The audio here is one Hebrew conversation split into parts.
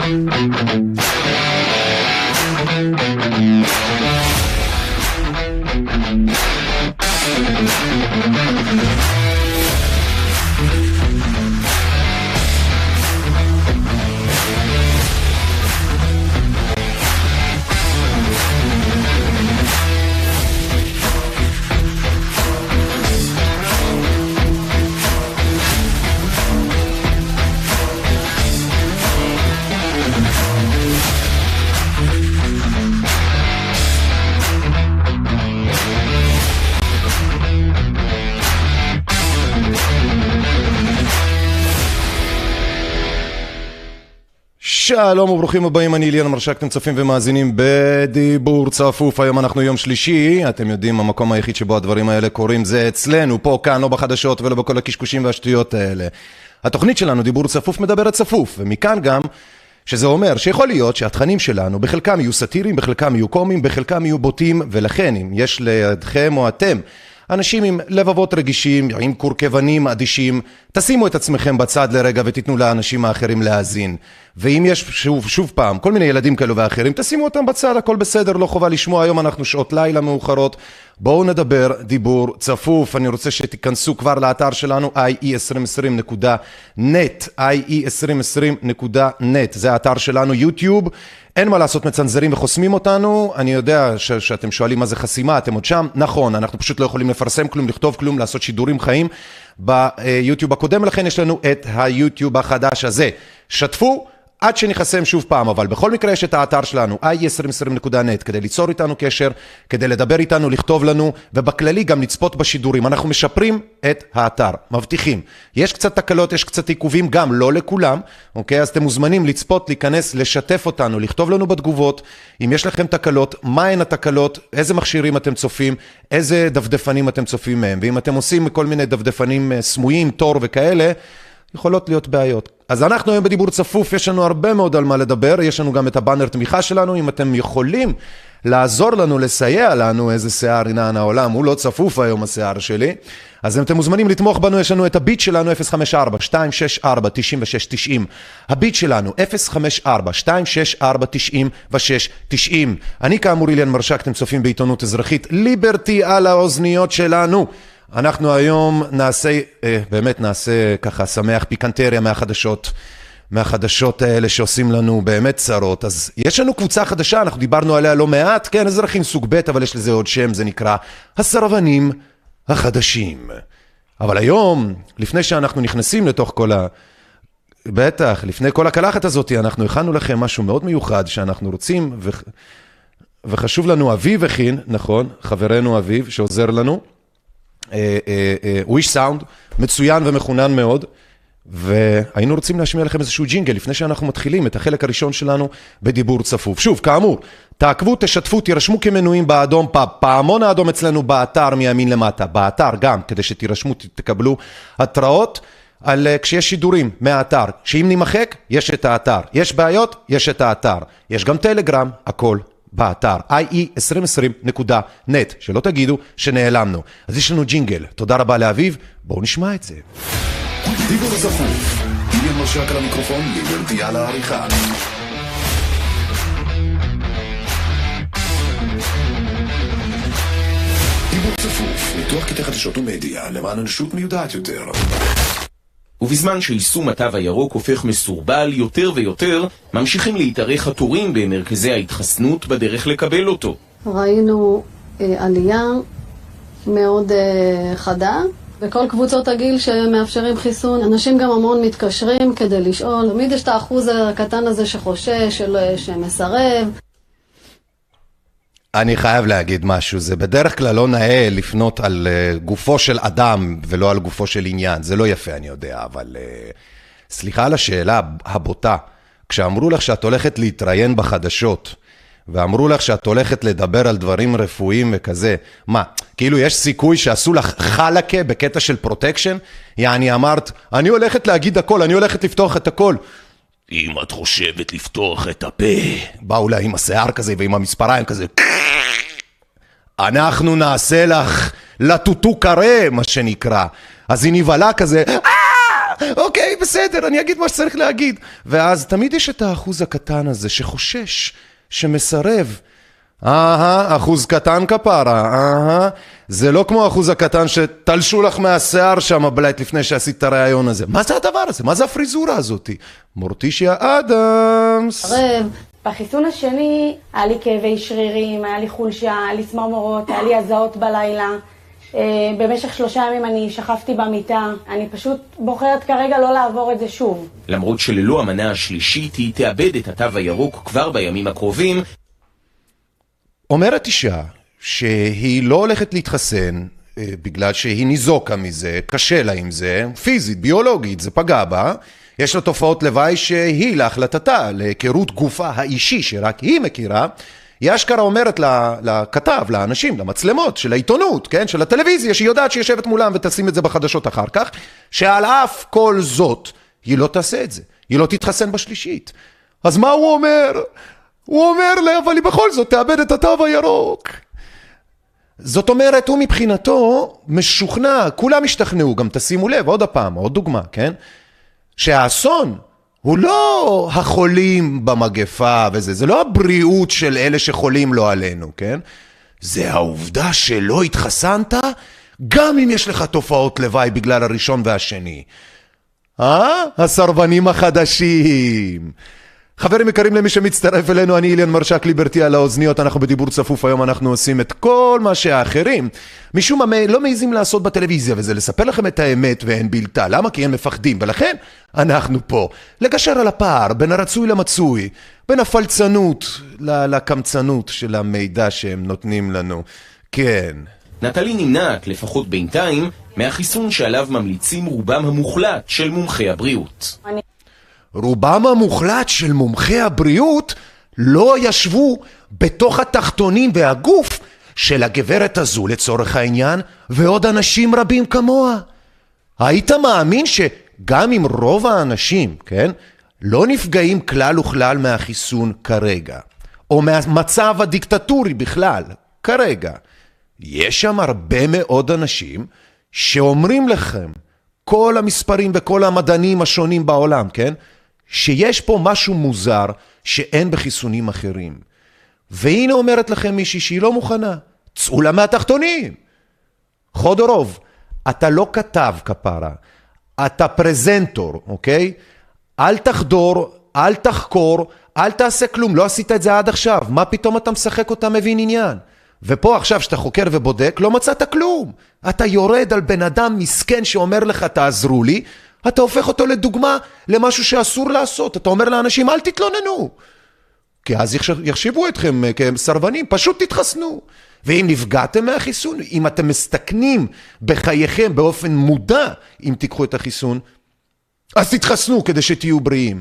שלום וברוכים הבאים, אני אליאן מרשק, אתם צופים ומאזינים בדיבור צפוף. היום אנחנו יום שלישי, אתם יודעים, המקום היחיד שבו הדברים האלה קורים זה אצלנו, פה, כאן, לא בחדשות ולא בכל הקשקושים והשטויות האלה. התוכנית שלנו, דיבור צפוף, מדברת צפוף, ומכאן גם שזה אומר שיכול להיות שהתכנים שלנו בחלקם יהיו סאטיריים, בחלקם יהיו קומיים, בחלקם יהיו בוטים, ולכן אם יש לידכם או אתם אנשים עם לבבות רגישים, עם קורקבנים אדישים, תשימו את עצמכם בצד לרגע ותיתנו לאנשים האחרים להאזין. ואם יש שוב פעם כל מיני ילדים כאלו ואחרים, תשימו אותם בצד, הכל בסדר, לא חובה לשמוע. היום אנחנו שעות לילה מאוחרות, בואו נדבר דיבור צפוף. אני רוצה שתיכנסו כבר לאתר שלנו ie2020.net, ie2020.net, זה האתר שלנו, יוטיוב. אין מה לעשות, מצנזרים וחוסמים אותנו. אני יודע שאתם שואלים מה זה חסימה, אתם עוד שם. נכון, אנחנו פשוט לא יכולים לפרסם כלום, לכתוב כלום, לעשות שידורים חיים ביוטיוב הקודם, לכן יש לנו את היוטיוב החדש הזה. שתפו עד שנחסם שוב פעם, אבל בכל מקרה יש את האתר שלנו, ie2020.net, כדי ליצור איתנו קשר, כדי לדבר איתנו, לכתוב לנו, ובכללי גם לצפות בשידורים. אנחנו משפרים את האתר, מבטיחים. יש קצת תקלות, יש קצת עיכובים, גם לא לכולם, אוקיי? אז אתם מוזמנים לצפות, להיכנס, לשתף אותנו, לכתוב לנו בתגובות, אם יש לכם תקלות, מה הן התקלות, איזה מכשירים אתם צופים, איזה דפדפנים אתם צופים מהם, ואם אתם עושים כל מיני דפדפנים סמויים, תור וכאלה, יכולות להיות בעיות. אז אנחנו היום בדיבור צפוף, יש לנו הרבה מאוד על מה לדבר, יש לנו גם את הבאנר תמיכה שלנו, אם אתם יכולים לעזור לנו, לסייע לנו, איזה שיער עינן העולם, הוא לא צפוף היום השיער שלי, אז אם אתם מוזמנים לתמוך בנו, יש לנו את הביט שלנו 054-264-9690, הביט שלנו 054-264-9690, אני כאמור אליאן מרשק, אתם צופים בעיתונות אזרחית, ליברטי על האוזניות שלנו. אנחנו היום באמת נעשה ככה שמח פיקנטריה מהחדשות האלה שעושים לנו באמת צרות. אז יש לנו קבוצה חדשה, אנחנו דיברנו עליה לא מעט, כן, אזרחים סוג ב', אבל יש לזה עוד שם, זה נקרא הסרבנים החדשים. אבל היום, לפני שאנחנו נכנסים לתוך בטח, לפני כל הקלחת הזאת, אנחנו הכנו לכם משהו מאוד מיוחד שאנחנו רוצים, וחשוב לנו אביב הכין, נכון, חברנו אביב שעוזר לנו, וויש סאונד, מצוין ומכונן מאוד, והיינו רוצים להשמיע לכם איזשהו ג'ינגל לפני שאנחנו מתחילים את החלק הראשון שלנו בדיבור צפוף. שוב, כאמור, תעקבו, תשתפו, תירשמו כמנויים באדום, פעמון האדום אצלנו באתר מימין למטה, באתר גם, כדי שתירשמו, תקבלו התראות על כשיש שידורים מהאתר, שאם נמחק, יש את האתר, יש בעיות, יש את האתר, יש גם טלגרם, הכל באתר ie2020.net, שלא תגידו שנעלמנו. אז יש לנו ג'ינגל, תודה רבה לאביב, בואו נשמע את זה. דיבור צפוף, אליאן מרשק על המיקרופון, ליברטי על העריכה. דיבור צפוף, ניתוח קטעי חדשות ומדיה, למען אנושות מיודעת יותר. ובזמן שיישום התו הירוק הופך מסורבל יותר ויותר, ממשיכים להתארך התורים במרכזי ההתחסנות בדרך לקבל אותו. ראינו עלייה מאוד חדה בכל קבוצות הגיל שמאפשרים חיסון. אנשים גם המון מתקשרים כדי לשאול. תמיד יש את האחוז הקטן הזה שחושש, שמסרב. אני חייב להגיד משהו, זה בדרך כלל לא נאה לפנות על גופו של אדם ולא על גופו של עניין, זה לא יפה אני יודע, אבל סליחה על השאלה הבוטה, כשאמרו לך שאת הולכת להתראיין בחדשות, ואמרו לך שאת הולכת לדבר על דברים רפואיים וכזה, מה, כאילו יש סיכוי שעשו לך חלקה בקטע של פרוטקשן? יעני אמרת, אני הולכת להגיד הכל, אני הולכת לפתוח את הכל, אם את חושבת לפתוח את הפה, באו לה עם השיער כזה ועם המספריים כזה, אנחנו נעשה לך לטוטו קרה, מה שנקרא. אז היא נבלה כזה, אוקיי, בסדר, בסדר, אני אגיד מה שצריך להגיד. ואז תמיד יש את האחוז הקטן הזה שחושש, שמסרב. אחוז קטן כפרה, זה לא כמו האחוז הקטן שתלשו לך מהשיער שם בלייט לפני שעשית את הרעיון הזה. מה זה הדבר הזה? מה זה הפריזורה הזאת? מורטישיה אדמס. בחיסון השני היה לי כאבי שרירים, היה לי חולשה, היה לי צמרמורות, היה לי הזעות בלילה. במשך 3 ימים אני שכבתי במיטה. אני פשוט בוחרת כרגע לא לעבור את זה שוב. למרות שללא המנה השלישית היא תאבד את התו הירוק כבר בימים הקרובים. אומרת אישה שהיא לא הולכת להתחסן בגלל שהיא ניזוקה מזה, קשה לה עם זה, פיזית, ביולוגית, זה פגע בה. יש לה תופעות לוואי שהיא להחלטתה, להיכרות גופה האישי שרק היא מכירה, היא אשכרה אומרת לכתב, לאנשים, למצלמות של העיתונות, כן? של הטלוויזיה, שהיא יודעת שהיא יושבת מולם ותשים את זה בחדשות אחר כך, שעל אף כל זאת, היא לא תעשה את זה, היא לא תתחסן בשלישית. אז מה הוא אומר? הוא אומר לה, אבל היא בכל זאת תאבד את התו הירוק. זאת אומרת, הוא מבחינתו משוכנע, כולם השתכנעו, גם תשימו לב, עוד הפעם, עוד דוגמה, כן? שהאסון הוא לא החולים במגפה וזה, זה לא הבריאות של אלה שחולים לא עלינו, כן? זה העובדה שלא התחסנת, גם אם יש לך תופעות לוואי בגלל הראשון והשני. הסרבנים החדשים. חברים יקרים, למי שמצטרף אלינו, אני איליאן מרשק, ליברטי על האוזניות, אנחנו בדיבור צפוף, היום אנחנו עושים את כל מה שהאחרים משום מה לא מעיזים לעשות בטלוויזיה, וזה לספר לכם את האמת ואין בלתה. למה? כי הם מפחדים, ולכן אנחנו פה לגשר על הפער בין הרצוי למצוי, בין הפלצנות לקמצנות של המידע שהם נותנים לנו. כן, נטלי נמנעת, לפחות בינתיים, מהחיסון שעליו ממליצים רובם המוחלט של מומחי הבריאות. רובם המוחלט של מומחי הבריאות לא ישבו בתוך התחתונים והגוף של הגברת הזו לצורך העניין, ועוד אנשים רבים כמוה. היית מאמין שגם אם רוב האנשים, כן, לא נפגעים כלל וכלל מהחיסון כרגע, או מהמצב הדיקטטורי בכלל, כרגע, יש שם הרבה מאוד אנשים שאומרים לכם, כל המספרים וכל המדענים השונים בעולם, כן, שיש פה משהו מוזר שאין בחיסונים אחרים. והנה אומרת לכם מישהי שהיא לא מוכנה. צאו לה מהתחתונים. חודורוב, אתה לא כתב כפרה, אתה פרזנטור, אוקיי? אל תחדור, אל תחקור, אל תעשה כלום, לא עשית את זה עד עכשיו. מה פתאום אתה משחק אותה מבין עניין? ופה עכשיו שאתה חוקר ובודק, לא מצאת כלום. אתה יורד על בן אדם מסכן שאומר לך תעזרו לי, אתה הופך אותו לדוגמה למשהו שאסור לעשות. אתה אומר לאנשים אל תתלוננו. כי אז יחשיבו אתכם כסרבנים, פשוט תתחסנו. ואם נפגעתם מהחיסון, אם אתם מסתכנים בחייכם באופן מודע, אם תיקחו את החיסון, אז תתחסנו כדי שתהיו בריאים.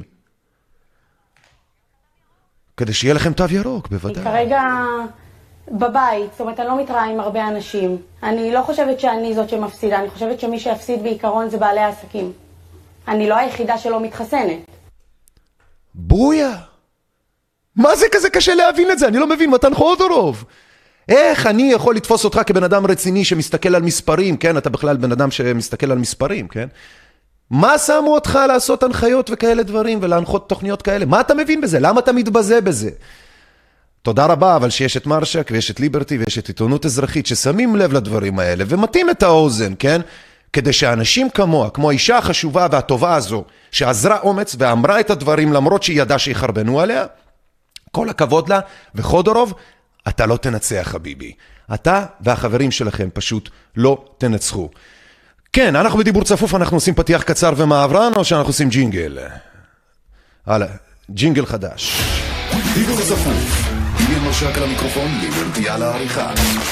כדי שיהיה לכם תו ירוק, בוודאי. כרגע בבית, זאת אומרת, אני לא מתראה עם הרבה אנשים. אני לא חושבת שאני זאת שמפסידה, אני חושבת שמי שיפסיד בעיקרון זה בעלי העסקים. אני לא היחידה שלא מתחסנת. בויה. מה זה כזה קשה להבין את זה? אני לא מבין, מתן חודורוב. איך אני יכול לתפוס אותך כבן אדם רציני שמסתכל על מספרים, כן? אתה בכלל בן אדם שמסתכל על מספרים, כן? מה שמו אותך לעשות הנחיות וכאלה דברים ולהנחות תוכניות כאלה? מה אתה מבין בזה? למה אתה מתבזה בזה? תודה רבה, אבל שיש את מרשק ויש את ליברטי ויש את עיתונות אזרחית ששמים לב לדברים האלה ומתאים את האוזן, כן? כדי שאנשים כמוה, כמו האישה החשובה והטובה הזו, שעזרה אומץ ואמרה את הדברים למרות שהיא ידעה שיחרבנו עליה, כל הכבוד לה, וחודורוב, אתה לא תנצח חביבי. אתה והחברים שלכם פשוט לא תנצחו. כן, אנחנו בדיבור צפוף, אנחנו עושים פתיח קצר ומעברן, או שאנחנו עושים ג'ינגל? הלאה, ג'ינגל חדש. דיבור צפוף, איליאן מרשק על המיקרופון, ליברטי על העריכה.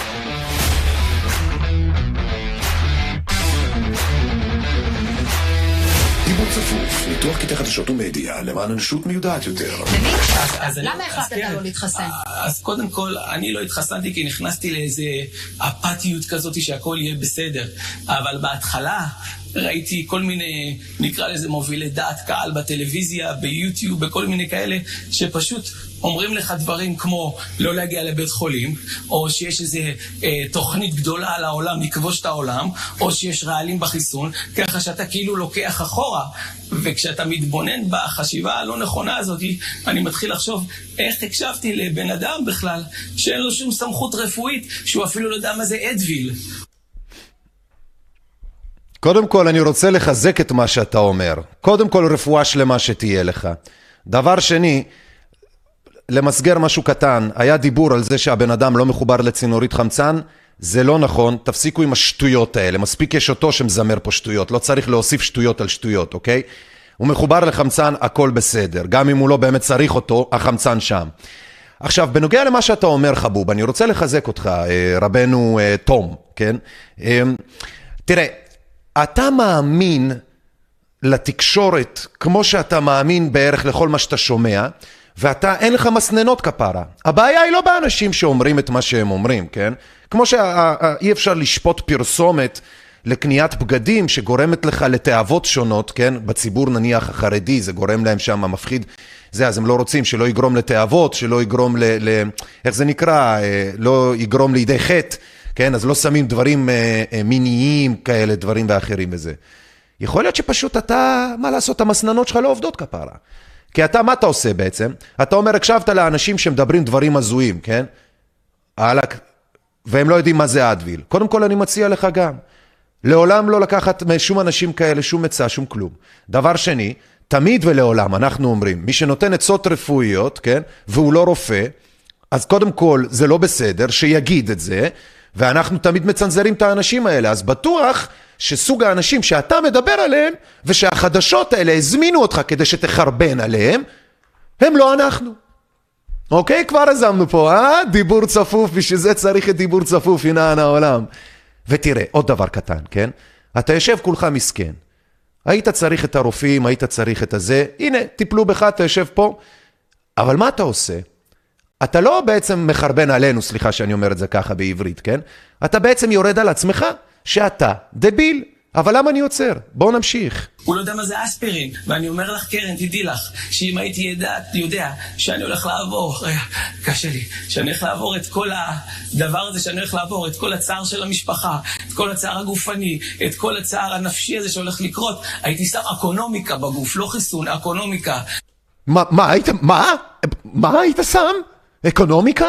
דיבור צפוף, ניתוח קטעי חדשות ומדיה, למען אנושות מיודעת יותר. למה החלטת לא להתחסן? אז קודם כל, אני לא התחסנתי כי נכנסתי לאיזה אפתיות כזאת שהכל יהיה בסדר. אבל בהתחלה, ראיתי כל מיני, נקרא לזה מובילי דעת קהל בטלוויזיה, ביוטיוב, בכל מיני כאלה, שפשוט אומרים לך דברים כמו לא להגיע לבית חולים, או שיש איזה תוכנית גדולה על העולם, לכבוש את העולם, או שיש רעלים בחיסון, ככה שאתה כאילו לוקח אחורה. וכשאתה מתבונן בחשיבה הלא נכונה הזאת, אני מתחיל לחשוב איך הקשבתי לבן אדם בכלל, שאין לו שום סמכות רפואית, שהוא אפילו לא יודע מה זה אדוויל. קודם כל אני רוצה לחזק את מה שאתה אומר. קודם כל רפואה שלמה שתהיה לך. דבר שני, למסגר משהו קטן, היה דיבור על זה שהבן אדם לא מחובר לצינורית חמצן, זה לא נכון, תפסיקו עם השטויות האלה, מספיק יש אותו שמזמר פה שטויות, לא צריך להוסיף שטויות על שטויות, אוקיי? הוא מחובר לחמצן, הכל בסדר, גם אם הוא לא באמת צריך אותו, החמצן שם. עכשיו, בנוגע למה שאתה אומר חבוב, אני רוצה לחזק אותך, רבנו תום, כן? תראה, אתה מאמין לתקשורת כמו שאתה מאמין בערך לכל מה שאתה שומע, ואתה אין לך מסננות כפרה. הבעיה היא לא באנשים שאומרים את מה שהם אומרים, כן? כמו שאי אפשר לשפוט פרסומת לקניית בגדים שגורמת לך לתאוות שונות, כן? בציבור נניח החרדי זה גורם להם שם מפחיד, זה אז הם לא רוצים שלא יגרום לתאוות, שלא יגרום איך זה נקרא? לא יגרום לידי חטא, כן? אז לא שמים דברים מיניים כאלה, דברים ואחרים בזה. יכול להיות שפשוט אתה, מה לעשות, המסננות שלך לא עובדות כפרה. כי אתה, מה אתה עושה בעצם? אתה אומר, הקשבת לאנשים שמדברים דברים הזויים, כן? והם לא יודעים מה זה אדוויל. קודם כל אני מציע לך גם. לעולם לא לקחת משום אנשים כאלה, שום מצע, שום כלום. דבר שני, תמיד ולעולם אנחנו אומרים, מי שנותן עצות רפואיות, כן? והוא לא רופא, אז קודם כל זה לא בסדר, שיגיד את זה, ואנחנו תמיד מצנזרים את האנשים האלה. אז בטוח שסוג האנשים שאתה מדבר עליהם, ושהחדשות האלה הזמינו אותך כדי שתחרבן עליהם, הם לא אנחנו. אוקיי? כבר הזמנו פה, דיבור צפוף, בשביל זה צריך את דיבור צפוף, הנה העולם. ותראה, עוד דבר קטן, כן? אתה יושב כולך מסכן. היית צריך את הרופאים, היית צריך את הזה, הנה, טיפלו בך, אתה יושב פה. אבל מה אתה עושה? אתה לא בעצם מחרבן עלינו, סליחה שאני אומר את זה ככה בעברית, כן? אתה בעצם יורד על עצמך שאתה דביל. אבל למה אני עוצר? בואו נמשיך. הוא לא יודע מה זה אספירין, ואני אומר לך קרן, תדעי לך, שאם הייתי יודע שאני הולך לעבור, קשה לי, שאני הולך לעבור את כל הדבר הזה, שאני הולך לעבור את כל הצער של המשפחה, את כל הצער הגופני, את כל הצער הנפשי הזה שהולך לקרות, הייתי שם אקונומיקה בגוף, לא חיסון, אקונומיקה. מה היית שם? אקונומיקה?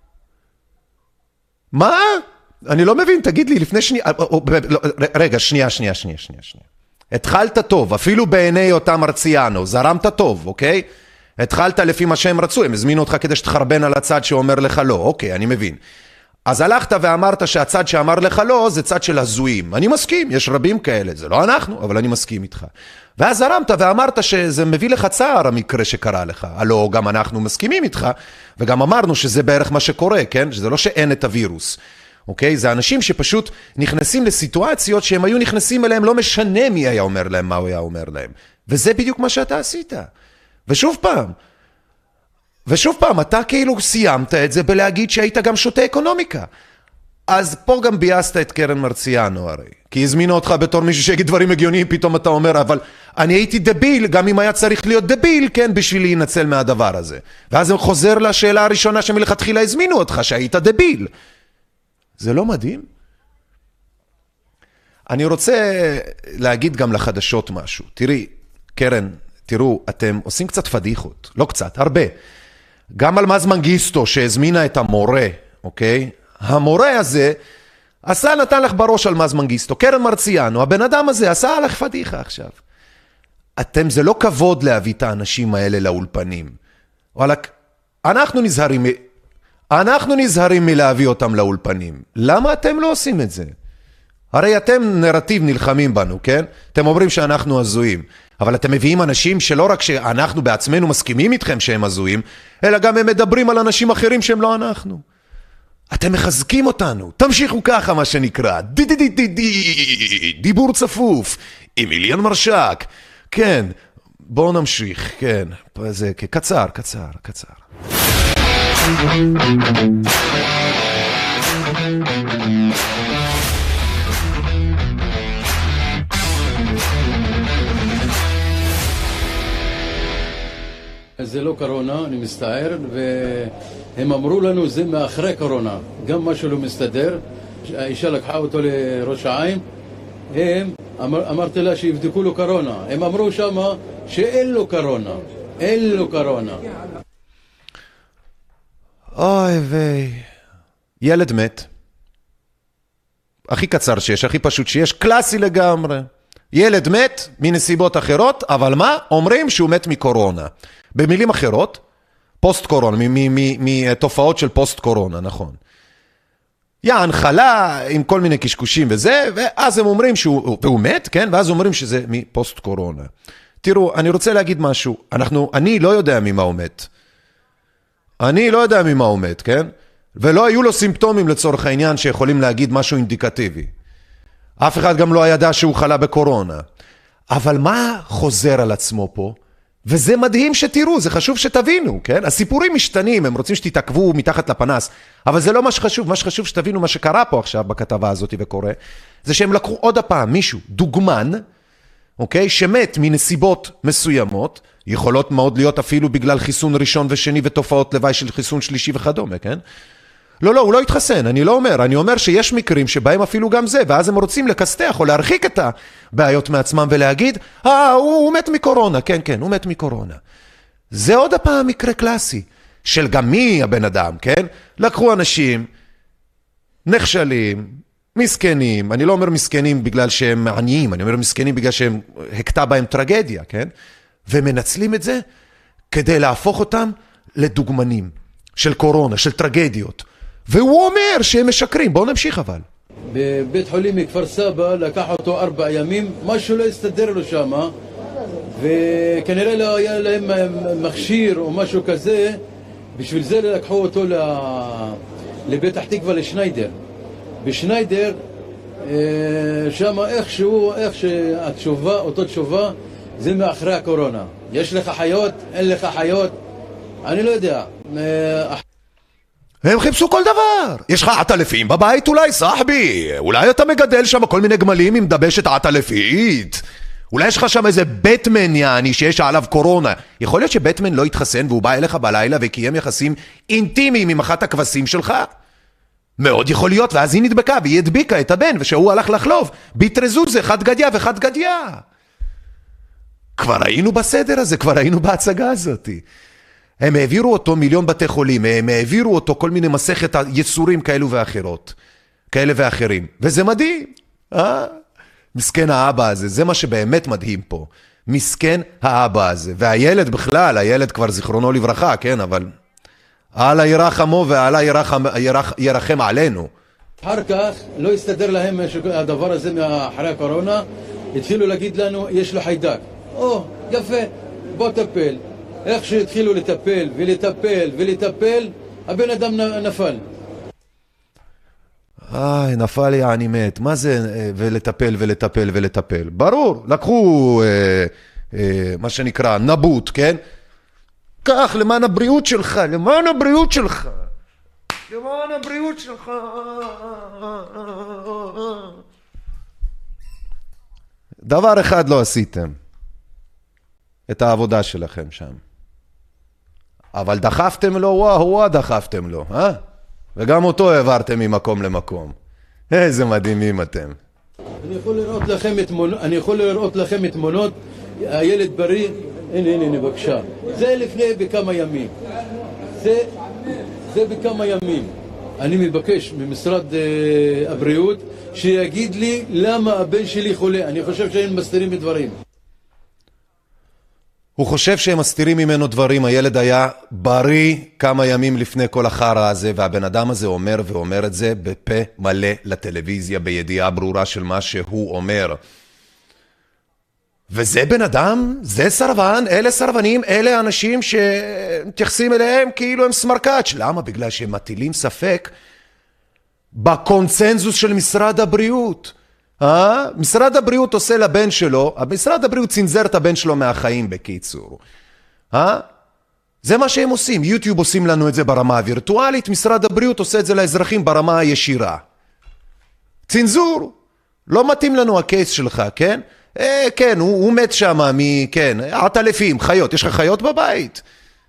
מה? אני לא מבין, תגיד לי, לפני שנייה, רגע, שנייה. התחלת טוב, אפילו בעיני אותם מרציאנו, זרמת טוב, אוקיי? התחלת לפי מה שהם רצו, הם הזמינו אותך כדי שתחרבן על הצד שאומר לך לא, אוקיי, אני מבין. אז הלכת ואמרת שהצד שאמר לך לא, זה צד של הזויים. אני מסכים, יש רבים כאלה, זה לא אנחנו, אבל אני מסכים איתך. ואז זרמת ואמרת שזה מביא לך צער המקרה שקרה לך. הלא, גם אנחנו מסכימים איתך, וגם אמרנו שזה בערך מה שקורה, כן? שזה לא שאין את הווירוס. אוקיי? זה אנשים שפשוט נכנסים לסיטואציות שהם היו נכנסים אליהם, לא משנה מי היה אומר להם, מה הוא היה אומר להם. וזה בדיוק מה שאתה עשית. ושוב פעם, אתה כאילו סיימת את זה בלהגיד שהיית גם שותה אקונומיקה. אז פה גם בייסת את קרן מרציאנו הרי. כי הזמינו אותך בתור מישהו שיגיד דברים הגיוניים, פתאום אתה אומר, אבל אני הייתי דביל, גם אם היה צריך להיות דביל, כן, בשביל להינצל מהדבר הזה. ואז הם חוזר לשאלה הראשונה שמלכתחילה הזמינו אותך, שהיית דביל. זה לא מדהים? אני רוצה להגיד גם לחדשות משהו. תראי, קרן, תראו, אתם עושים קצת פדיחות. לא קצת, הרבה. גם על מז מנגיסטו שהזמינה את המורה, אוקיי? המורה הזה נתן לך בראש על מז מנגיסטו. קרן מרציאנו, הבן אדם הזה עשה לך פדיחה עכשיו. זה לא כבוד להביא את האנשים האלה לאולפנים. אנחנו נזהרים מלהביא אותם לאולפנים. למה אתם לא עושים את זה? הרי אתם נרטיב נלחמים בנו, כן? אתם אומרים שאנחנו הזויים. אבל אתם מביאים אנשים שלא רק שאנחנו בעצמנו מסכימים איתכם שהם הזויים, אלא גם הם מדברים על אנשים אחרים שהם לא אנחנו. אתם מחזקים אותנו. תמשיכו ככה מה שנקרא. דיבור צפוף. עם מיליון מרשק. כן, בואו נמשיך. כן, זה קצר. זה לא קורונה, אני מסתער, והם אמרו לנו זה מאחרי קורונה, גם משהו לא מסתדר. האישה לקחה אותו לראש העין, אמרתי לה שיבדקו לו קורונה, הם אמרו שמה שאין לו קורונה, אין לו קורונה. אוי ויי, ילד מת. הכי קצר שיש, הכי פשוט שיש, קלאסי לגמרי. ילד מת מנסיבות אחרות, אבל מה? אומרים שהוא מת מקורונה. במילים אחרות, פוסט קורונה, מתופעות של פוסט קורונה, נכון. יען חלה עם כל מיני קשקושים וזה, ואז הם אומרים שהוא מת, כן? ואז אומרים שזה מפוסט קורונה. תראו, אני רוצה להגיד משהו. אני לא יודע ממה הוא מת. אני לא יודע ממה הוא מת, כן? ולא היו לו סימפטומים לצורך העניין שיכולים להגיד משהו אינדיקטיבי. אף אחד גם לא ידע שהוא חלה בקורונה. אבל מה חוזר על עצמו פה? וזה מדהים שתראו, זה חשוב שתבינו, כן? הסיפורים משתנים, הם רוצים שתתעכבו מתחת לפנס, אבל זה לא מה שחשוב, מה שחשוב שתבינו מה שקרה פה עכשיו בכתבה הזאת וקורה, זה שהם לקחו עוד הפעם מישהו, דוגמן, אוקיי? שמת מנסיבות מסוימות, יכולות מאוד להיות אפילו בגלל חיסון ראשון ושני ותופעות לוואי של חיסון שלישי וכדומה, כן? לא, הוא לא התחסן, אני לא אומר, אני אומר שיש מקרים שבהם אפילו גם זה, ואז הם רוצים לקסתח או להרחיק את הבעיות מעצמם ולהגיד, הוא מת מקורונה, כן, הוא מת מקורונה. זה עוד הפעם מקרה קלאסי, של גם מי הבן אדם, כן? לקחו אנשים, נכשלים, מסכנים, אני לא אומר מסכנים בגלל שהם עניים, אני אומר מסכנים בגלל שהם הקטע בהם טרגדיה, כן? ומנצלים את זה כדי להפוך אותם לדוגמנים של קורונה, של טרגדיות. והוא אומר שהם משקרים, בואו נמשיך אבל. בבית חולים מכפר סבא לקח אותו 4 ימים, משהו לא הסתדר לו שם, וכנראה לא היה להם מכשיר או משהו כזה, בשביל זה לקחו אותו לבית תקווה לשניידר. בשניידר, שם איך שהתשובה, אותו תשובה, זה מאחרי הקורונה. יש לך חיות, אין לך חיות, אני לא יודע. הם חיפשו כל דבר. יש לך עטלפים בבית אולי, סחבי? אולי אתה מגדל שם כל מיני גמלים עם דבשת עטלפית? אולי יש לך שם איזה בטמן יעני שיש עליו קורונה. יכול להיות שבטמן לא יתחסן והוא בא אליך בלילה וקיים יחסים אינטימיים עם אחת הכבשים שלך? מאוד יכול להיות, ואז היא נדבקה והיא הדביקה את הבן ושהוא הלך לחלוב. ביטרזו זה חד גדיה וחד גדיה. כבר היינו בסדר הזה, כבר היינו בהצגה הזאת. הם העבירו אותו מיליון בתי חולים, הם העבירו אותו כל מיני מסכת יצורים כאלה ואחרים. וזה מדהים. מסכן האבא הזה, זה מה שבאמת מדהים פה. מסכן האבא הזה. והילד בכלל, הילד כבר זיכרונו לברכה, כן, אבל אללה ירחמו ואללה ירחם עלינו. אחר כך לא הסתדר להם הדבר הזה מאחרי הקורונה, התחילו להגיד לנו, יש לו חיידק. יפה, בוא טפל. איך שהתחילו לטפל, הבן אדם נפל. נפל יעני מת. מה זה ולטפל? ברור, לקחו מה שנקרא נבוט, כן? כך, למען הבריאות שלך. דבר אחד לא עשיתם. את העבודה שלכם שם. אבל דחפתם לו, דחפתם לו, וגם אותו העברתם ממקום למקום. איזה מדהימים אתם. אני יכול לראות לכם את תמונות, הילד בריא, הנה, בבקשה. זה לפני בכמה ימים. זה בכמה ימים. אני מבקש ממשרד הבריאות שיגיד לי למה הבן שלי חולה. אני חושב שהם מסתירים דברים. הוא חושב שהם מסתירים ממנו דברים, הילד היה בריא כמה ימים לפני כל החרה הזה, והבן אדם הזה אומר את זה בפה מלא לטלוויזיה, בידיעה ברורה של מה שהוא אומר. וזה בן אדם, זה סרבן, אלה סרבנים, אלה אנשים שמתייחסים אליהם כאילו הם סמרקץ'. למה? בגלל שהם מטילים ספק בקונצנזוס של משרד הבריאות. משרד הבריאות עושה לבן שלו, משרד הבריאות צנזר את הבן שלו מהחיים בקיצור. זה מה שהם עושים, יוטיוב עושים לנו את זה ברמה הווירטואלית, משרד הבריאות עושה את זה לאזרחים ברמה הישירה. צנזור, לא מתאים לנו הקייס שלך, כן? כן, הוא מת שם, כן, עטלפים, חיות, יש לך חיות בבית?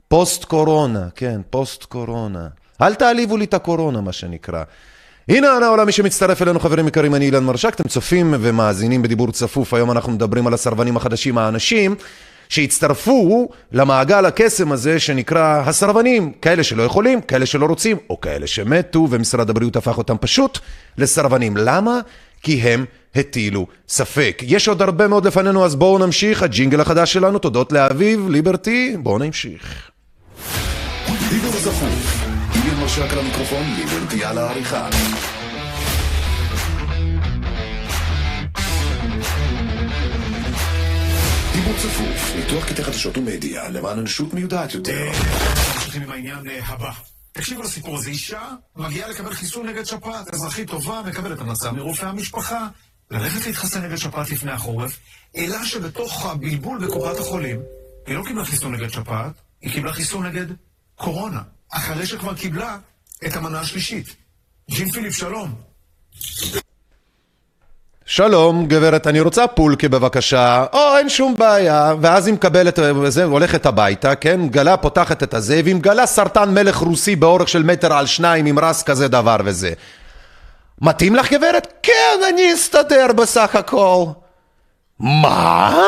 פוסט קורונה, כן, פוסט קורונה. אל תעליבו לי את הקורונה, מה שנקרא. הנה העולם, מי שמצטרף אלינו, חברים יקרים, אני אילן מרשק, אתם צופים ומאזינים בדיבור צפוף. היום אנחנו מדברים על הסרבנים החדשים, האנשים שהצטרפו למעגל הקסם הזה שנקרא הסרבנים, כאלה שלא יכולים, כאלה שלא רוצים, או כאלה שמתו, ומשרד הבריאות הפך אותם פשוט לסרבנים. למה? כי הם הטילו ספק. יש עוד הרבה מאוד לפנינו, אז בואו נמשיך. הג'ינגל החדש שלנו, תודות לאביב, ליברטי, בואו נמשיך. דיבור צפוף, אילן מרשק על המיקרופון, ליברטי על העריכה. דיבור צפוף, ניתוח קטעי חדשות ומדיה, למען אנושות מיודעת יותר. ממשיכים עם העניין הבא. תקשיבו לסיפור הזה, אישה מגיעה לקבל חיסון נגד שפעת, אזרחית טובה, מקבלת המלצה מרופא המשפחה, ללכת להתחסן נגד שפעת לפני החורף, אלא שבתוך הבלבול בקופת החולים, היא לא קיבלה חיסון נגד שפעת, היא קיבלה חיסון נגד קורונה, אחרי שכבר קיבלה את המנה השלישית. ג'ין פיליפ, שלום. שלום, גברת, אני רוצה פולקי בבקשה. אין שום בעיה. ואז היא מקבלת, זה, הולכת הביתה, כן? גלה פותחת את הזה, והיא מגלה סרטן מלך רוסי באורך של 1.2 מטר עם רס כזה דבר וזה. מתאים לך, גברת? כן, אני אסתדר בסך הכל. מה?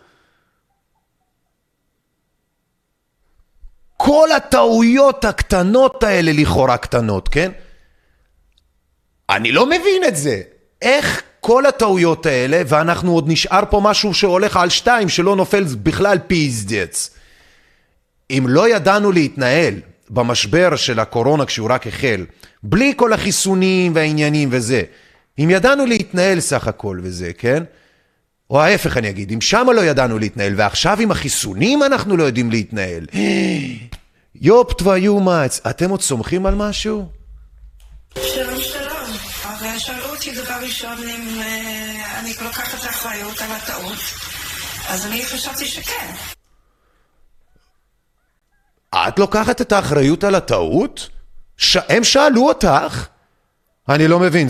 כל הטעויות הקטנות האלה לכאורה קטנות, כן? אני לא מבין את זה. איך כל הטעויות האלה, ואנחנו עוד נשאר פה משהו שהולך על 2, שלא נופל בכלל פיזדץ. אם לא ידענו להתנהל במשבר של הקורונה כשהוא רק החל, בלי כל החיסונים והעניינים וזה, אם ידענו להתנהל סך הכל וזה, כן? או ההפך אני אגיד, אם שם לא ידענו להתנהל, ועכשיו עם החיסונים אנחנו לא יודעים להתנהל. יופ תוויו מעץ, אתם עוד סומכים על משהו? שלום שלום, הרי שאלו אותי דבר ראשון אם אני לוקחת אחריות על הטעות, אז אני חשבתי שכן. את לוקחת את האחריות על הטעות? הם שאלו אותך? אני לא מבין,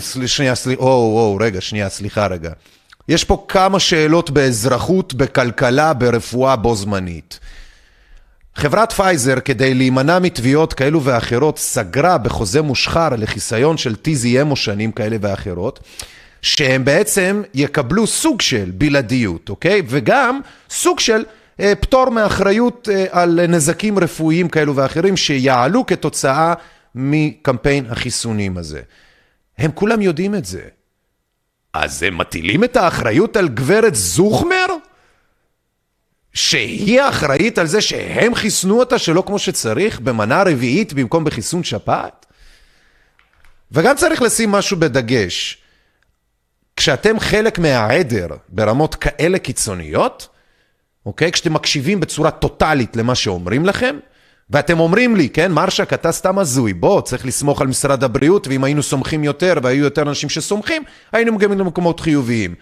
סליחה רגע. יש פה כמה שאלות באזרחות, בכלכלה, ברפואה בו זמנית. חברת פייזר, כדי להימנע מתביעות כאלו ואחרות, סגרה בחוזה מושחר לחיסיון של TZM או שנים כאלה ואחרות, שהם בעצם יקבלו סוג של בלעדיות, אוקיי? וגם סוג של פטור מאחריות על נזקים רפואיים כאלו ואחרים שיעלו כתוצאה מקמפיין החיסונים הזה. הם כולם יודעים את זה. אז הם מטילים את האחריות על גברת זוכמר? שהיא האחראית על זה שהם חיסנו אותה שלא כמו שצריך, במנה רביעית במקום בחיסון שפעת? וגם צריך לשים משהו בדגש. כשאתם חלק מהעדר ברמות כאלה קיצוניות, אוקיי? כשאתם מקשיבים בצורה טוטלית למה שאומרים לכם, ואתם אומרים לי, כן, מרשק, אתה סתם הזוי, בוא, צריך לסמוך על משרד הבריאות, ואם היינו סומכים יותר, והיו יותר אנשים שסומכים, היינו מגיעים למקומות חיוביים.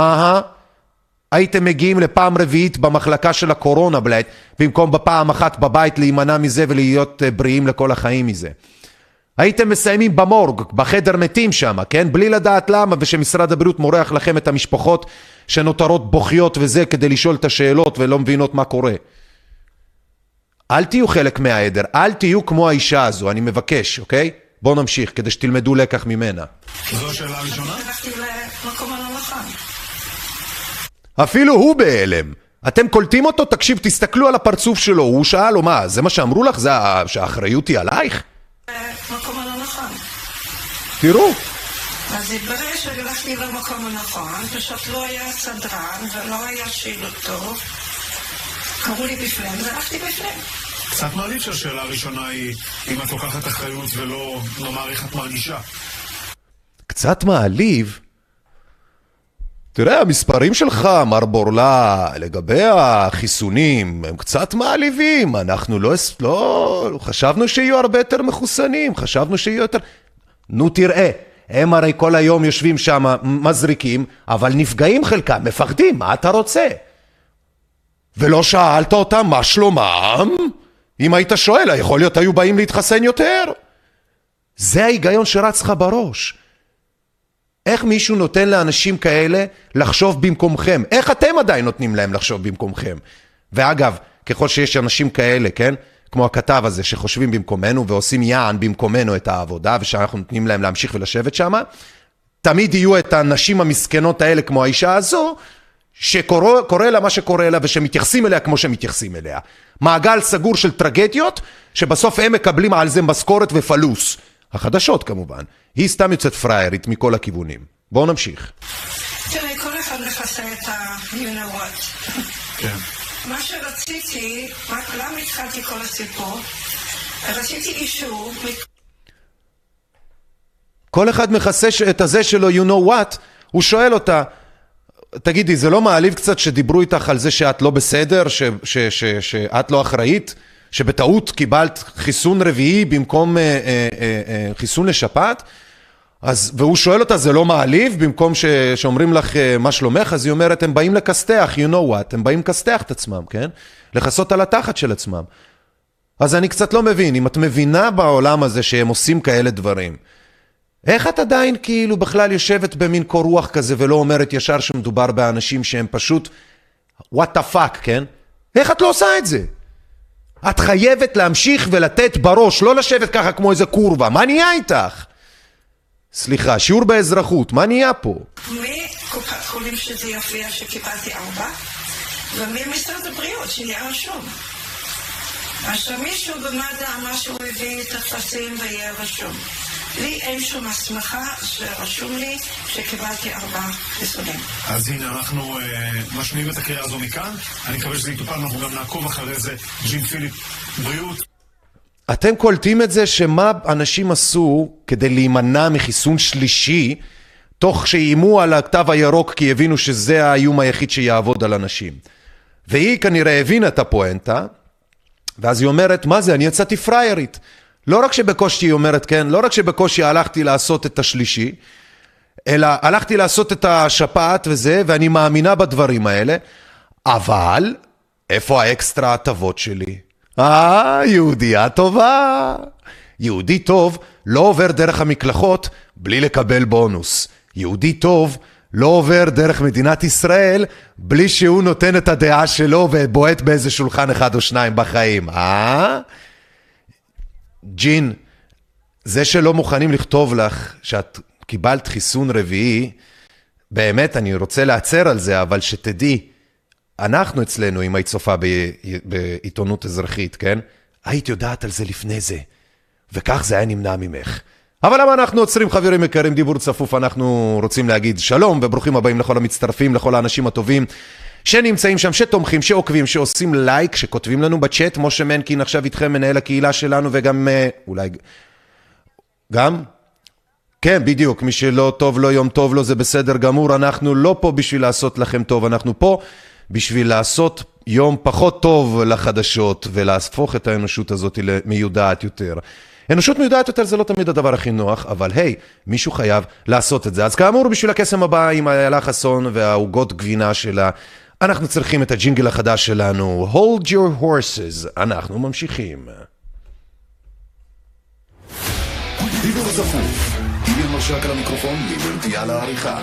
הייתם מגיעים לפעם רביעית במחלקה של הקורונה, במקום בפעם אחת בבית להימנע מזה ולהיות בריאים לכל החיים מזה. הייתם מסיימים במורג, בחדר מתים שם, כן? בלי לדעת למה, ושמשרד הבריאות מורח לכם את המשפחות שנותרות בוכיות וזה, כדי לשאול את השאלות ולא מבינות מה קורה. אל תהיו חלק מהעדר, אל תהיו כמו האישה הזו, אני מבקש, אוקיי? בואו נמשיך, כדי שתלמדו לקח ממנה. זו השאלה הראשונה? הלכתי למקום הלא נכון. אפילו הוא בהלם. אתם קולטים אותו? תקשיב, תסתכלו על הפרצוף שלו. הוא שאל לו, מה, זה מה שאמרו לך? זה שהאחריות היא עלייך? מקום הלא נכון. תראו. אז התברר שהלכתי למקום הנכון, פשוט לא היה סדרן ולא היה שילוט טוב. קראו לי בפנים, והלכתי בפנים. קצת מעליב שהשאלה הראשונה היא אם את לוקחת אחריות ולא נאמר איך את מרגישה. קצת מעליב? תראה, המספרים שלך, מר בורלה, לגבי החיסונים, הם קצת מעליבים. אנחנו לא חשבנו שיהיו הרבה יותר מחוסנים, חשבנו שיהיו יותר... נו תראה, הם הרי כל היום יושבים שם, מזריקים, אבל נפגעים חלקם, מפחדים, מה אתה רוצה? ולא שאלת אותם מה שלומם? אם היית שואל, יכול להיות היו באים להתחסן יותר. זה ההיגיון שרץ לך בראש. איך מישהו נותן לאנשים כאלה לחשוב במקומכם? איך אתם עדיין נותנים להם לחשוב במקומכם? ואגב, ככל שיש אנשים כאלה, כן? כמו הכתב הזה, שחושבים במקומנו ועושים יען במקומנו את העבודה, ושאנחנו נותנים להם להמשיך ולשבת שם, תמיד יהיו את הנשים המסכנות האלה כמו האישה הזו, שקורא לה מה שקורא לה, ושמתייחסים אליה כמו שמתייחסים אליה. מעגל סגור של טרגדיות, שבסוף הם מקבלים על זה משכורת ופלוס. החדשות כמובן. היא סתם יוצאת פריירית מכל הכיוונים. בואו נמשיך. תראה, כל אחד מכסה את ה-you know what. כן. מה שרציתי, למה התחלתי כל הסיפור? רציתי אישור. כל אחד מכסה את הזה שלו, you know what, הוא שואל אותה, תגידי, זה לא מעליב קצת שדיברו איתך על זה שאת לא בסדר, שאת לא אחראית, שבטעות קיבלת חיסון רביעי במקום חיסון לשפעת? והוא שואל אותה, זה לא מעליב, במקום שאומרים לך מה שלומך, אז היא אומרת, הם באים לקסתח, you know what, הם באים לקסתח את עצמם, כן? לחסות על התחת של עצמם. אז אני קצת לא מבין, אם את מבינה בעולם הזה שהם עושים כאלה דברים, איך את עדיין כאילו בכלל יושבת במין קור רוח כזה ולא אומרת ישר שמדובר באנשים שהם פשוט what the fuck, כן? איך את לא עושה את זה? את חייבת להמשיך ולתת בראש, לא לשבת ככה כמו איזה קורבה. מה נהיה איתך? סליחה, שיעור באזרחות, מה נהיה פה? מקופת חולים שזה יופיע שקיבלתי 4, וממשרד הבריאות שנהיה רשום. עכשיו מישהו במד"א אמר שהוא הביא את הטפסים ויהיה רשום. לי אין שום הסמכה שרשום לי שקיבלתי 4 חיסונים. אז הנה, אנחנו משמיעים את הקריאה הזו מכאן. אני מקווה שזה יטופל, אנחנו גם נעקוב אחרי זה. ג'ין פיליפ, בריאות. אתם קולטים את זה שמה אנשים עשו כדי להימנע מחיסון שלישי, תוך שאיימו על הכתב הירוק כי הבינו שזה האיום היחיד שיעבוד על אנשים. והיא כנראה הבינה את הפואנטה, ואז היא אומרת, מה זה? אני יצאתי פריירית. לא רק שבקושי היא אומרת, כן, לא רק שבקושי הלכתי לעשות את השלישי, אלא הלכתי לעשות את השפעת וזה, ואני מאמינה בדברים האלה, אבל איפה האקסטרה הטבות שלי? יהודייה טובה. יהודי טוב לא עובר דרך המקלחות בלי לקבל בונוס. יהודי טוב לא עובר דרך מדינת ישראל בלי שהוא נותן את הדעה שלו ובועט באיזה שולחן 1 או 2 בחיים. ג'ין, זה שלא מוכנים לכתוב לך שאת קיבלת חיסון רביעי, באמת אני רוצה לעצר על זה, אבל שתדעי, אנחנו אצלנו, אם היית צופה בעיתונות אזרחית, כן? היית יודעת על זה לפני זה, וכך זה היה נמנע ממך. אבל למה אנחנו עוצרים, חברים יקרים, דיבור צפוף, אנחנו רוצים להגיד שלום וברוכים הבאים לכל המצטרפים, לכל האנשים הטובים שנמצאים שם, שתומכים, שעוקבים, שעושים לייק, שכותבים לנו בצ'אט. משה מנקין עכשיו איתכם, מנהל הקהילה שלנו, וגם אולי גם כן, בדיוק, מי שלא טוב לו יום טוב לו, זה בסדר גמור. אנחנו לא פה בשביל לעשות לכם טוב, אנחנו פה בשביל לעשות יום פחות טוב לחדשות ולהפוך את האנושות הזאת למיודעת יותר. אנושות מיודעת יותר זה לא תמיד הדבר הכי נוח, אבל היי, מישהו חייב לעשות את זה. אז כאמור, בשביל הקסם הבא עם איילה חסון והעוגות גבינה שלה, אנחנו צריכים את הג'ינגל החדש שלנו, Hold your horses. אנחנו ממשיכים. דיבור צפוף, אילן משק על המיקרופון, ליברטי על העריכה.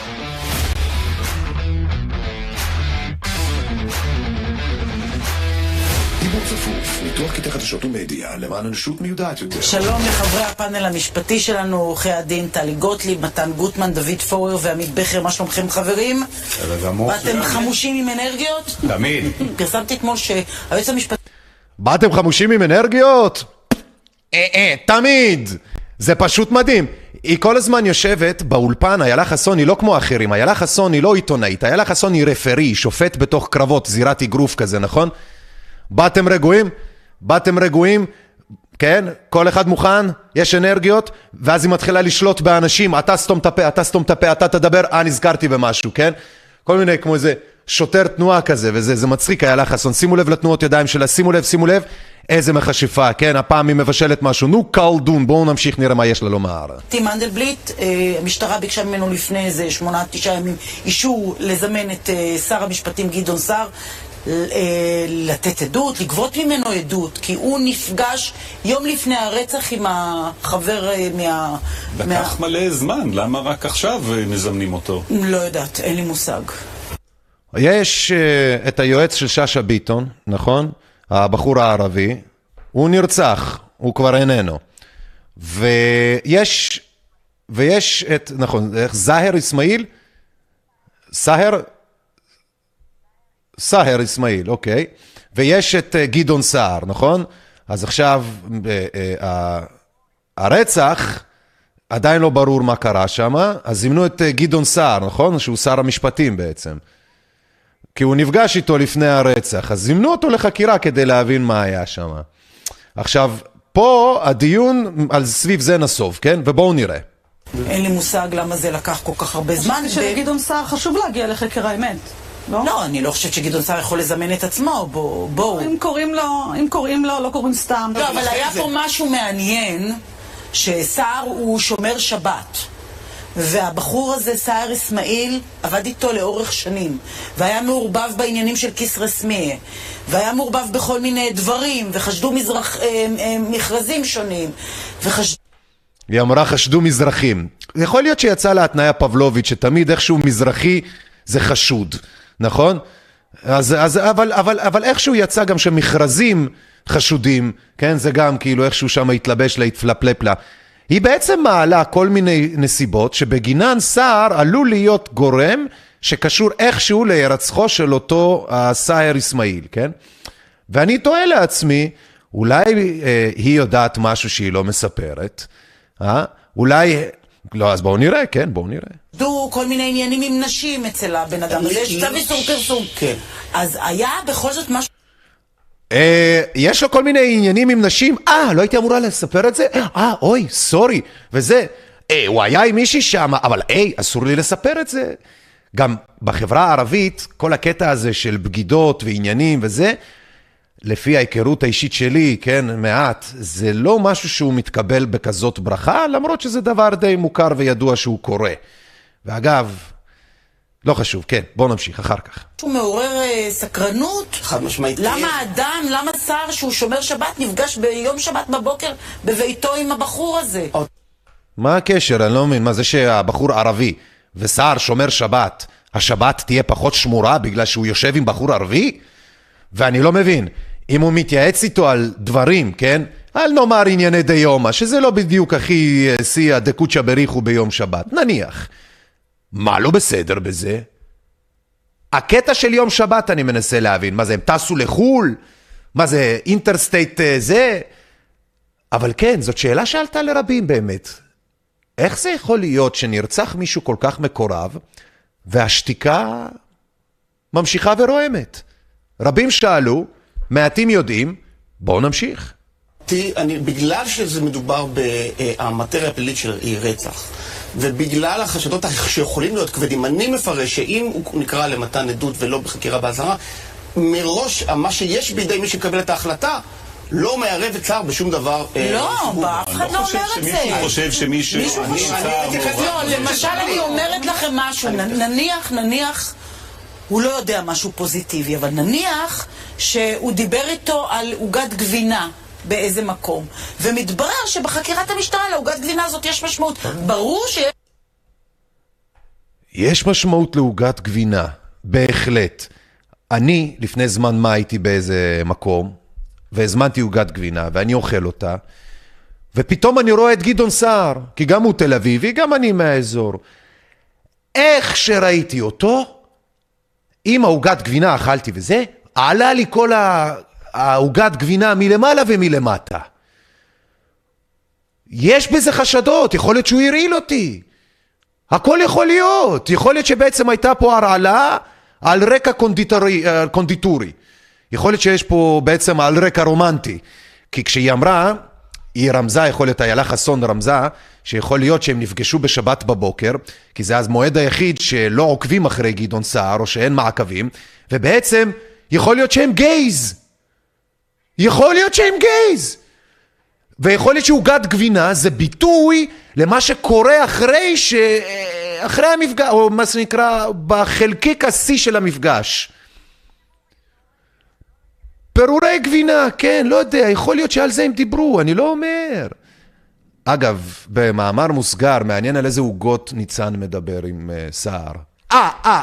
דיבור צפוף, ניתוח קטעי חדשות ומדיה, למען אנושות מיודעת יותר. שלום לחברי הפאנל המשפטי שלנו, עורכי הדין טלי גוטליב, מתן גוטמן, דוד פורר ועמית בכר. מה שלומכם חברים? ואתם חמושים עם אנרגיות? תמיד. פרסמתי אתמול שהיועץ המשפטי... באתם חמושים עם אנרגיות? תמיד. זה פשוט מדהים. היא כל הזמן יושבת באולפן, איילה חסון היא לא כמו אחרים, איילה חסון היא לא עיתונאית, איילה חסון היא רפרי, שופט בתוך קרבות, זירת אגרוף כזה, נכון? באתם רגועים? באתם רגועים? כן? כל אחד מוכן? יש אנרגיות? ואז היא מתחילה לשלוט באנשים, אתה סתום את הפה, אתה סתום את הפה, אתה תדבר, נזכרתי במשהו, כן? כל מיני כמו איזה שוטר תנועה כזה, וזה מצחיק, איילה חסון. שימו לב לתנועות ידיים שלה, שימו לב, איזה מחשיפה, כן? הפעם היא מבשלת משהו. נו, קלדון, בואו נמשיך, נראה מה יש לה לומר. מנדלבליט, המשטרה ביקשה ממנו לפני איזה 8-9 ימים אישור לזמן את שר המשפטים גדעון סער, לתת עדות, לגבות ממנו עדות, כי הוא נפגש יום לפני הרצח עם החבר לקח מלא זמן, למה רק עכשיו מזמנים אותו? לא יודעת, אין לי מושג. יש את היועץ של שאשא ביטון, נכון? הבחור הערבי, הוא נרצח, הוא כבר איננו. ויש את, נכון, זהר אסמאעיל? סהר אסמאעיל, אוקיי. ויש את גדעון סער, נכון? אז עכשיו, הרצח, עדיין לא ברור מה קרה שם, אז זימנו את גדעון סער, נכון? שהוא שר המשפטים בעצם. כי הוא נפגש איתו לפני הרצח, אז זימנו אותו לחקירה כדי להבין מה היה שם. עכשיו, פה הדיון על סביב זה נסוב, כן? ובואו נראה. אין לי מושג למה זה לקח כל כך הרבה זמן. שלגדעון סער חשוב להגיע לחקר האמת. לא, אני לא חושבת שגדעון סער יכול לזמן את עצמו, בואו. אם קוראים לו, לא קוראים סתם. לא, אבל היה פה משהו מעניין, שסער הוא שומר שבת. והבחור הזה, סער אסמאעיל, עבד איתו לאורך שנים, והיה מעורבב בעניינים של כיס רסמי, והיה מעורבב בכל מיני דברים, וחשדו מכרזים שונים, היא אמרה חשדו מזרחים. יכול להיות שיצא לה התניה פבלובית, שתמיד איכשהו מזרחי זה חשוד, נכון? אבל איכשהו יצא גם שמכרזים חשודים, כן? זה גם כאילו איכשהו שם התלבש להתפלפלפלה. היא בעצם מעלה כל מיני נסיבות שבגינן סער עלול להיות גורם שקשור איכשהו להירצחו של אותו סהר אסמאעיל, כן? ואני תוהה לעצמי, אולי היא יודעת משהו שהיא לא מספרת, אולי, לא, אז בואו נראה, כן, בואו נראה. דו כל מיני עניינים עם נשים אצל הבן אדם, יש צו איסור פרסום. אז היה בכל זאת משהו... יש לו כל מיני עניינים עם נשים, לא הייתי אמורה לספר את זה, אוי, סורי, וזה, הוא היה עם מישהי שם, אבל אסור לי לספר את זה. גם בחברה הערבית, כל הקטע הזה של בגידות ועניינים וזה, לפי ההיכרות האישית שלי, כן, מעט, זה לא משהו שהוא מתקבל בכזאת ברכה, למרות שזה דבר די מוכר וידוע שהוא קורה. ואגב, לא חשוב, כן, בואו נמשיך אחר כך. הוא מעורר סקרנות. חד משמעית. למה סער שהוא שומר שבת נפגש ביום שבת בבוקר בביתו עם הבחור הזה? מה הקשר? אני לא מבין, מה זה שהבחור ערבי וסער שומר שבת, השבת תהיה פחות שמורה בגלל שהוא יושב עם בחור ערבי? ואני לא מבין, אם הוא מתייעץ איתו על דברים, כן? אל נאמר ענייני דיומא, שזה לא בדיוק הכי שיא הדקוצ'ה בריחו ביום שבת, נניח. מה לא בסדר בזה? הקטע של יום שבת אני מנסה להבין, מה זה, הם טסו לחול? מה זה, אינטרסטייט זה? אבל כן, זאת שאלה שעלתה לרבים באמת. איך זה יכול להיות שנרצח מישהו כל כך מקורב, והשתיקה ממשיכה ורועמת? רבים שאלו, מעטים יודעים, בואו נמשיך. בגלל שזה מדובר במטריה הפלילית של רצח, ובגלל החשדות שיכולים להיות כבדים, אני מפרש שאם הוא נקרא למתן עדות ולא בחקירה באזהרה, מראש מה שיש בידי מי שקבל את ההחלטה לא מערב את סער בשום דבר. לא, אף אחד לא אומר את זה. מישהו חושב שמישהו... לא, למשל אני אומרת לכם משהו, נניח הוא לא יודע משהו פוזיטיבי, אבל נניח שהוא דיבר איתו על עוגת גבינה באיזה מקום, ומתברר שבחקירת המשטרה לעוגת גבינה הזאת יש משמעות. ברור יש משמעות לעוגת גבינה, בהחלט. אני לפני זמן מה הייתי באיזה מקום, והזמנתי עוגת גבינה, ואני אוכל אותה, ופתאום אני רואה את גדעון סער, כי גם הוא תל אביבי, גם אני מהאזור. איך שראיתי אותו, עם העוגת גבינה אכלתי וזה, עלה לי כל העוגת גבינה מלמעלה ומלמטה. יש בזה חשדות, יכול להיות שהוא הרעיל אותי. הכל יכול להיות. יכול להיות שבעצם הייתה פה הרעלה על רקע קונדיטורי. יכול להיות שיש פה בעצם על רקע רומנטי. כי כשהיא אמרה, היא רמזה, יכול להיות איילה חסון רמזה, שיכול להיות שהם נפגשו בשבת בבוקר, כי זה אז מועד היחיד שלא עוקבים אחרי גדעון סער, או שאין מעקבים, ובעצם יכול להיות שהם גייז. יכול להיות שהם גייז. ויכול להיות שעוגת גבינה זה ביטוי למה שקורה אחרי המפגש, או מה שנקרא בחלקיק השיא של המפגש. פירורי גבינה, כן, לא יודע, יכול להיות שעל זה הם דיברו, אני לא אומר. אגב, במאמר מוסגר, מעניין על איזה עוגות ניצן מדבר עם סער.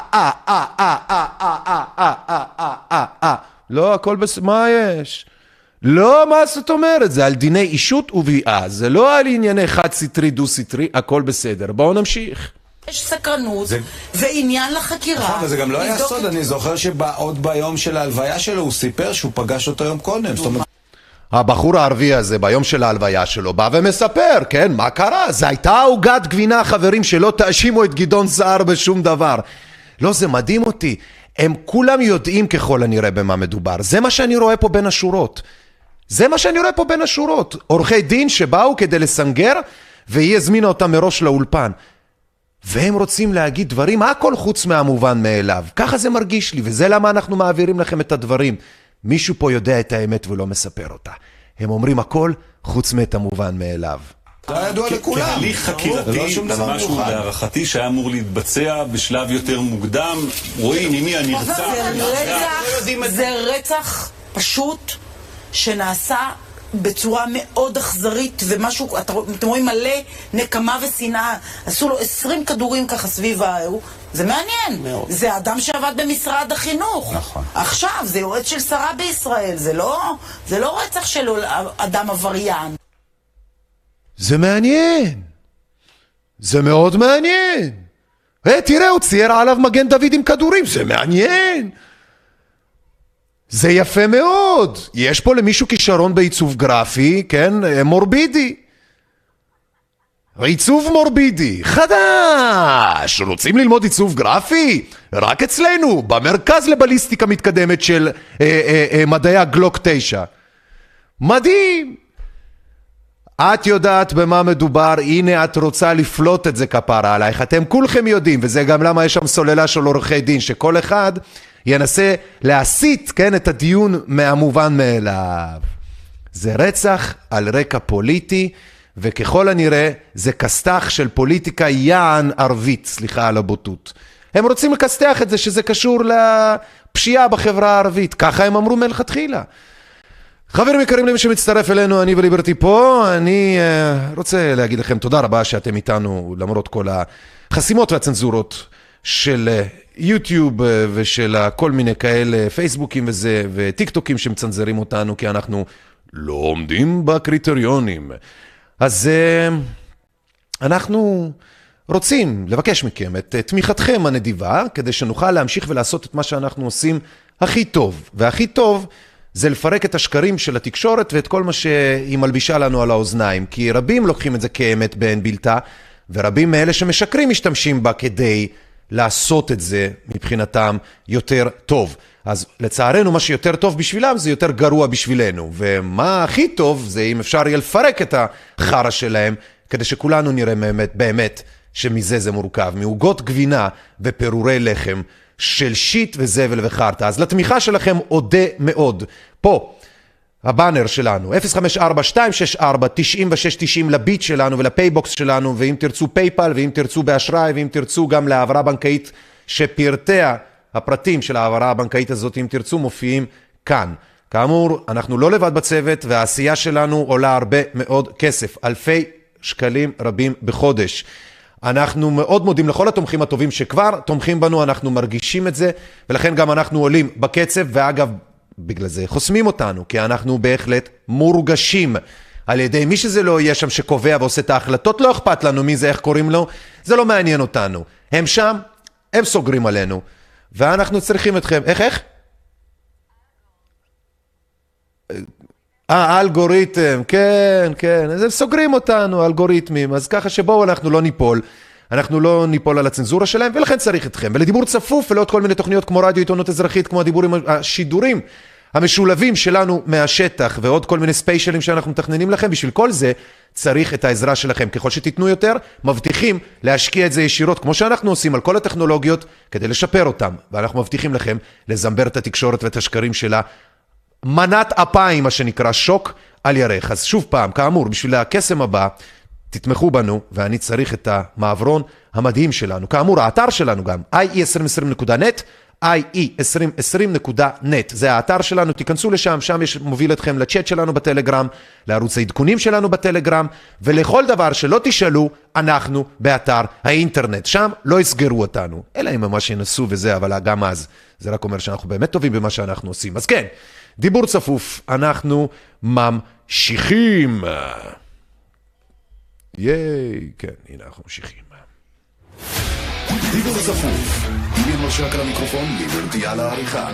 לא, הכל מה יש? לא, מה זאת אומרת? זה על דיני אישות וביאה, זה לא על ענייני חד סטרי, דו סטרי, הכל בסדר. בואו נמשיך. יש סקרנות ועניין לחקירה. נכון, וזה גם לא היה סוד, אני זוכר שעוד ביום של ההלוויה שלו הוא סיפר שהוא פגש אותו יום קודם. זאת אומרת... הבחור הערבי הזה ביום של ההלוויה שלו בא ומספר, כן, מה קרה? זה הייתה עוגת גבינה, חברים, שלא תאשימו את גדעון סער בשום דבר. לא, זה מדהים אותי. הם כולם יודעים ככל הנראה במה מדובר. זה מה שאני רואה פה בין השורות. זה מה שאני רואה פה בין השורות. עורכי דין שבאו כדי לסנגר, והיא הזמינה אותם מראש לאולפן. והם רוצים להגיד דברים, הכל חוץ מהמובן מאליו. ככה זה מרגיש לי, וזה למה אנחנו מעבירים לכם את הדברים. מישהו פה יודע את האמת ולא מספר אותה. הם אומרים הכל חוץ מאת המובן מאליו. זה היה ידוע לכולם. כהליך חקירתי, זה משהו להערכתי שהיה אמור להתבצע בשלב יותר מוקדם. רואים ממי הנרצח. זה רצח פשוט שנעשה בצורה מאוד אכזרית, ומשהו, אתם רואים מלא נקמה ושנאה. עשו לו 20 כדורים ככה סביב ההוא. זה מעניין. מאוד. זה אדם שעבד במשרד החינוך. נכון. עכשיו, זה יועץ של שרה בישראל. זה לא רצח של אדם עבריין. זה מעניין. זה מאוד מעניין. תראה, הוא צייר עליו מגן דוד עם כדורים. זה מעניין. זה יפה מאוד. יש פה למישהו כישרון בעיצוב גרפי, כן? מורבידי. עיצוב מורבידי. חדש. רוצים ללמוד עיצוב גרפי? רק אצלנו, במרכז לבליסטיקה מתקדמת של מדעי הגלוק 9. מדהים. את יודעת במה מדובר, הנה את רוצה לפלוט את זה כפרה עלייך, אתם כולכם יודעים, וזה גם למה יש שם סוללה של עורכי דין, שכל אחד ינסה להסיט, כן, את הדיון מהמובן מאליו. זה רצח על רקע פוליטי, וככל הנראה זה כסתח של פוליטיקה יען ערבית, סליחה על הבוטות. הם רוצים לקסתח את זה שזה קשור לפשיעה בחברה הערבית, ככה הם אמרו מלכתחילה. חברים יקרים, למי שמצטרף אלינו, אני וליברטי פה, אני רוצה להגיד לכם תודה רבה שאתם איתנו למרות כל החסימות והצנזורות של יוטיוב ושל כל מיני כאלה פייסבוקים וזה, וטיק-טוקים שמצנזרים אותנו כי אנחנו לא עומדים בקריטריונים. אז אנחנו רוצים לבקש מכם את תמיכתכם הנדיבה כדי שנוכל להמשיך ולעשות את מה שאנחנו עושים הכי טוב, והכי טוב זה לפרק את השקרים של התקשורת ואת כל מה שהיא מלבישה לנו על האוזניים, כי רבים לוקחים את זה כאמת באין בלתה, ורבים מאלה שמשקרים משתמשים בה כדי לעשות את זה מבחינתם יותר טוב. אז לצערנו מה שיותר טוב בשבילם זה יותר גרוע בשבילנו, ומה הכי טוב זה אם אפשר יהיה לפרק את החרה שלהם, כדי שכולנו נראה באמת שמזה זה מורכב, מעוגות גבינה ופירורי לחם, של שיט וזבל וחרטה. אז לתמיכה שלכם אודה מאוד. פה, הבאנר שלנו, 054-264-9690 לביט שלנו ולפייבוקס שלנו, ואם תרצו פייפל, ואם תרצו באשראי, ואם תרצו גם להעברה בנקאית, שפרטיה, הפרטים של ההעברה הבנקאית הזאת, אם תרצו, מופיעים כאן. כאמור, אנחנו לא לבד בצוות, והעשייה שלנו עולה הרבה מאוד כסף, אלפי שקלים רבים בחודש. אנחנו מאוד מודים לכל התומכים הטובים שכבר תומכים בנו, אנחנו מרגישים את זה, ולכן גם אנחנו עולים בקצב, ואגב, בגלל זה חוסמים אותנו, כי אנחנו בהחלט מורגשים על ידי מי שזה לא יהיה שם שקובע ועושה את ההחלטות, לא אכפת לנו מי זה, איך קוראים לו, זה לא מעניין אותנו. הם שם, הם סוגרים עלינו, ואנחנו צריכים אתכם. איך? אלגוריתם, כן, אז הם סוגרים אותנו, אלגוריתמים, אז ככה שבואו אנחנו לא ניפול על הצנזורה שלהם, ולכן צריך אתכם. ולדיבור צפוף ולעוד כל מיני תוכניות כמו רדיו, עיתונות אזרחית, כמו השידורים המשולבים שלנו מהשטח, ועוד כל מיני ספיישלים שאנחנו מתכננים לכם, בשביל כל זה צריך את העזרה שלכם. ככל שתיתנו יותר, מבטיחים להשקיע את זה ישירות, כמו שאנחנו עושים על כל הטכנולוגיות, כדי לשפר אותם. ואנחנו מבטיחים לכם לזמבר את התקשורת ואת השקרים שלה, מנת אפיים, מה שנקרא שוק על ירך. אז שוב פעם, כאמור, בשביל הקסם הבא, תתמכו בנו, ואני צריך את המעברון המדהים שלנו. כאמור, האתר שלנו גם, ie2020.net, ie2020.net. זה האתר שלנו, תיכנסו לשם, שם מוביל אתכם לצ'אט שלנו בטלגרם, לערוץ העדכונים שלנו בטלגרם, ולכל דבר שלא תשאלו, אנחנו באתר האינטרנט. שם לא יסגרו אותנו, אלא אם ממש ינסו וזה, אבל גם אז, זה רק אומר שאנחנו באמת טובים במה שאנחנו עושים. אז כן, דיבור צפוף, אנחנו ממשיכים. ייי, כן, הנה אנחנו ממשיכים. דיבור צפוף, אילן משק על המיקרופון, ליברטי על העריכה.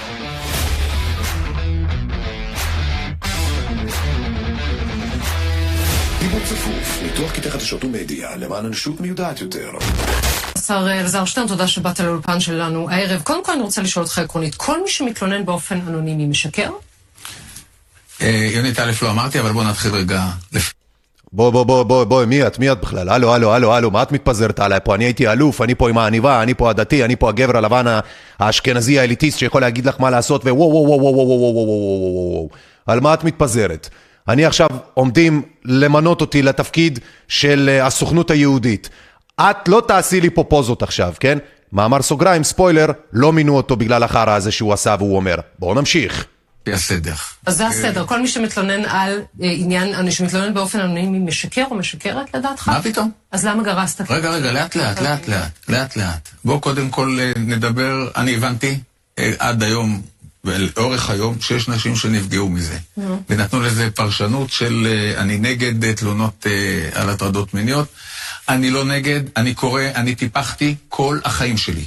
דיבור צפוף, ניתוח קטעי חדשות ומדיה, למען אנושות מיודעת יותר. השר אלעזר שטרן, תודה שבאת לאולפן שלנו הערב. קודם כל אני רוצה לשאול אותך עקרונית, כל מי שמתלונן באופן אנונימי משקר? יונית, א' לא אמרתי, אבל בוא נתחיל רגע. בוא, מי את בכלל? הלו, מה את מתפזרת עליי פה? אני הייתי אלוף, אני פה עם העניבה, אני פה הדתי, אני פה הגבר הלבן האשכנזי האליטיסט שיכול להגיד לך מה לעשות, וואו, על מה את מתפזרת? אני עכשיו עומדים למנות אותי לתפקיד של הסוכנות היהודית. את לא תעשי לי פה פוזות עכשיו, כן? מאמר סוגריים, ספוילר, לא מינו אותו בגלל החרא הזה שהוא עשה והוא אומר. בואו נמשיך. הסדר. אז זה הסדר. כל מי שמתלונן על עניין, שמתלונן באופן אנונימי משקר או משקרת לדעתך? מה פתאום? אז למה גרסת? רגע, לאט. בואו קודם כל נדבר, אני הבנתי עד היום, לאורך היום, 6 נשים שנפגעו מזה. ונתנו לזה פרשנות של אני נגד תלונות על הטרדות מיניות. אני לא נגד, אני קורא, אני טיפחתי כל החיים שלי.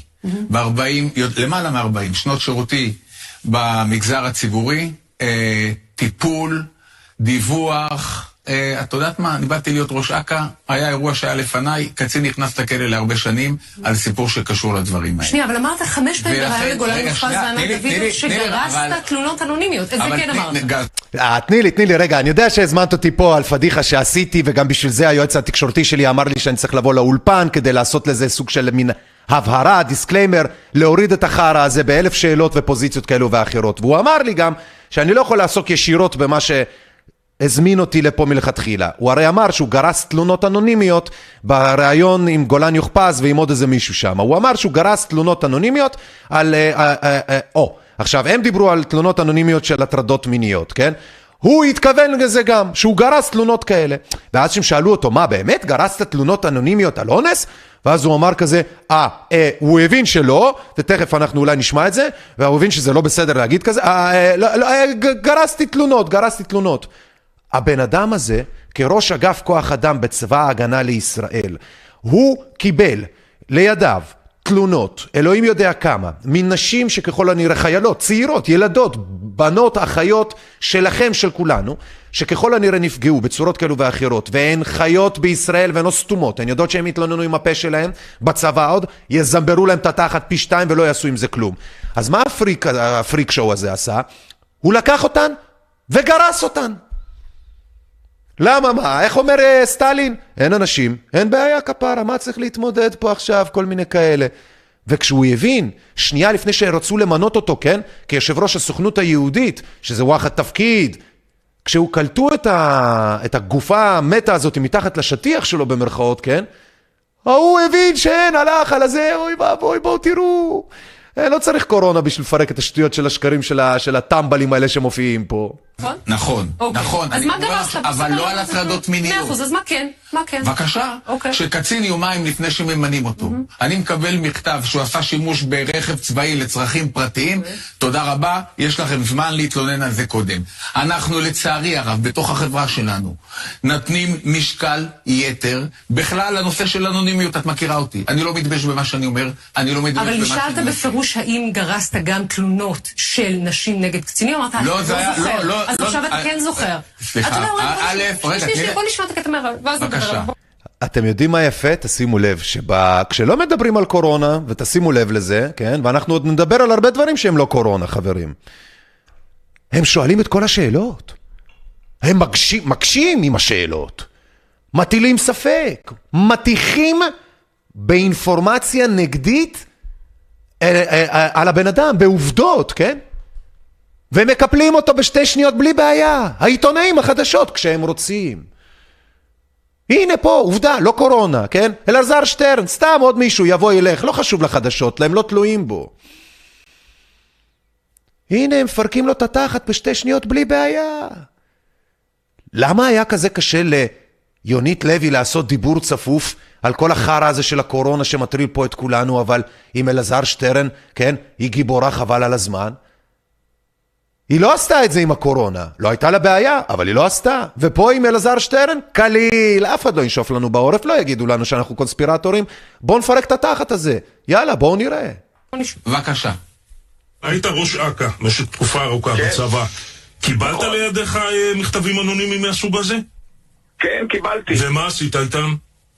למעלה מ-40 שנות שירותי במגזר הציבורי, טיפול, דיווח, את יודעת מה, אני באתי להיות ראש אכ"א, היה אירוע שהיה לפניי, קצין נכנס לכלא להרבה שנים, על סיפור שקשור לדברים האלה. שנייה, אבל אמרת 5 פעמים בראיון לגולן מופז וענת דוידוב שגרסת תלונות אנונימיות, את זה כן אמרת. תני לי, רגע, אני יודע שהזמנת אותי פה על פדיחה שעשיתי, וגם בשביל זה היועץ התקשורתי שלי אמר לי שאני צריך לבוא לאולפן, כדי לעשות לזה סוג של מין הבהרה, דיסקליימר, להוריד את החרא הזה ב1000 שאלות ופוזיציות כאלו ואחרות. והוא אמר לי גם שאני לא יכול לעסוק ישירות במה שהזמין אותי לפה מלכתחילה. הוא הרי אמר שהוא גרס תלונות אנונימיות בראיון עם גולן יוחפז ועם עוד איזה מישהו שם. הוא אמר שהוא גרס תלונות אנונימיות על... עכשיו, הם דיברו על תלונות אנונימיות של הטרדות מיניות, כן? הוא התכוון לזה גם, שהוא גרס תלונות כאלה. ואז שהם שאלו אותו, מה באמת? גרסת תלונות אנונימיות על אונס? ואז הוא אמר כזה, הוא הבין שלא, ותכף אנחנו אולי נשמע את זה, והוא הבין שזה לא בסדר להגיד כזה, גרסתי תלונות. הבן אדם הזה, כראש אגף כוח אדם בצבא ההגנה לישראל, הוא קיבל לידיו תלונות, אלוהים יודע כמה, מנשים שככל הנראה חיילות, צעירות, ילדות, בנות, אחיות שלכם, של כולנו, שככל הנראה נפגעו בצורות כאלו ואחרות, והן חיות בישראל והן לא סתומות, הן יודעות שהם יתלוננו עם הפה שלהם, בצבא עוד, יזמברו להם את התחת פי 2 ולא יעשו עם זה כלום. אז מה הפריק שואו הזה עשה? הוא לקח אותן וגרס אותן. למה מה? איך אומר סטלין? אין אנשים, אין בעיה כפרה, מה צריך להתמודד פה עכשיו, כל מיני כאלה. וכשהוא הבין, שנייה לפני שרצו למנות אותו, כן? כיושב ראש הסוכנות היהודית, שזה וואחד תפקיד, כשהוא קלטו את הגופה המתה הזאת מתחת לשטיח שלו במרכאות, כן? הוא הבין שאין, הלך על הזה, אוי בואו תראו. לא צריך קורונה בשביל לפרק את השטויות של השקרים של הטמבלים האלה שמופיעים פה. נכון. אז מה גרסת? אבל לא על הטרדות מיניות. 100%, אז מה כן? בבקשה, שקצין יומיים לפני שממנים אותו. אני מקבל מכתב שהוא עשה שימוש ברכב צבאי לצרכים פרטיים, תודה רבה, יש לכם זמן להתלונן על זה קודם. אנחנו לצערי הרב, בתוך החברה שלנו, נתנים משקל יתר, בכלל הנושא של אנונימיות, את מכירה אותי. אני לא מתבייש במה שאני אומר, אבל נשאלת בפירוש האם גרסת גם תלונות של נשים נגד קצינים, אמרת, לא זוכר. אז עכשיו אתה כן זוכר. סליחה, בוא נשמע את הקטע ואז נדבר. אתם יודעים מה יפה? תשימו לב כשלא מדברים על קורונה, ותשימו לב לזה, כן? ואנחנו עוד נדבר על הרבה דברים שהם לא קורונה, חברים. הם שואלים את כל השאלות. הם מקשים עם השאלות. מטילים ספק. מטיחים באינפורמציה נגדית על הבן אדם, בעובדות, כן? ומקפלים אותו ב2 שניות בלי בעיה. העיתונאים, החדשות, כשהם רוצים. הנה פה, עובדה, לא קורונה, כן? אלעזר שטרן, סתם עוד מישהו יבוא ילך, לא חשוב לחדשות, להם לא תלויים בו. הנה, הם מפרקים לו את התחת ב2 שניות בלי בעיה. למה היה כזה קשה ליונית לוי לעשות דיבור צפוף על כל החרא הזה של הקורונה שמטריל פה את כולנו, אבל עם אלעזר שטרן, כן? היא גיבורה חבל על הזמן. היא לא עשתה את זה עם הקורונה, לא הייתה לה בעיה, אבל היא לא עשתה. ופה עם אלעזר שטרן, קליל, אף אחד לא ינשוף לנו בעורף, לא יגידו לנו שאנחנו קונספירטורים, בואו נפרק את התחת הזה, יאללה, בואו נראה. בבקשה. היית ראש אכ"א במשך תקופה ארוכה בצבא, קיבלת לידיך מכתבים אנונימיים מהסוג הזה? כן, קיבלתי. ומה עשית איתם?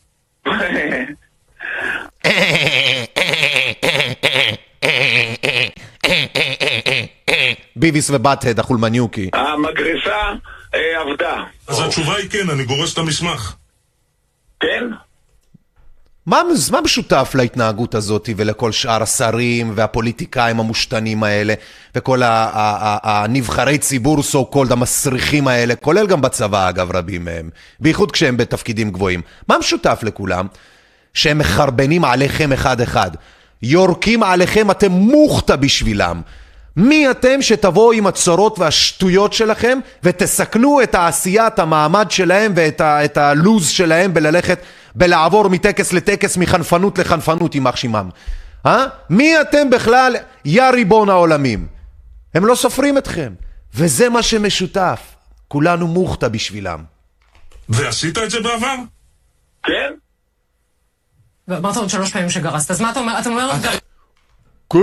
ביביס ובט-הד, החולמניוקי. המגרסה עבדה. אז התשובה היא כן, אני גורס את המסמך. כן? מה משותף להתנהגות הזאת ולכל שאר השרים והפוליטיקאים המושתנים האלה וכל הנבחרי ציבור so called המסריחים האלה, כולל גם בצבא אגב רבים מהם, בייחוד כשהם בתפקידים גבוהים? מה משותף לכולם? שהם מחרבנים עליכם אחד אחד, יורקים עליכם, אתם מוכתה בשבילם. מי אתם שתבואו עם הצורות והשטויות שלכם ותסכנו את העשיית המעמד שלהם ואת הלוז שלהם בלעבור מטקס לטקס, מחנפנות לחנפנות עם מחשימם? מי אתם בכלל, יא ריבון העולמים? הם לא סופרים אתכם, וזה מה שמשותף, כולנו מוכתה בשבילם. ועשית את זה בעבר? כן. ואמרת עוד 3 פעמים שגרסת, אז מה אתה אומר? אתה אומר... כן?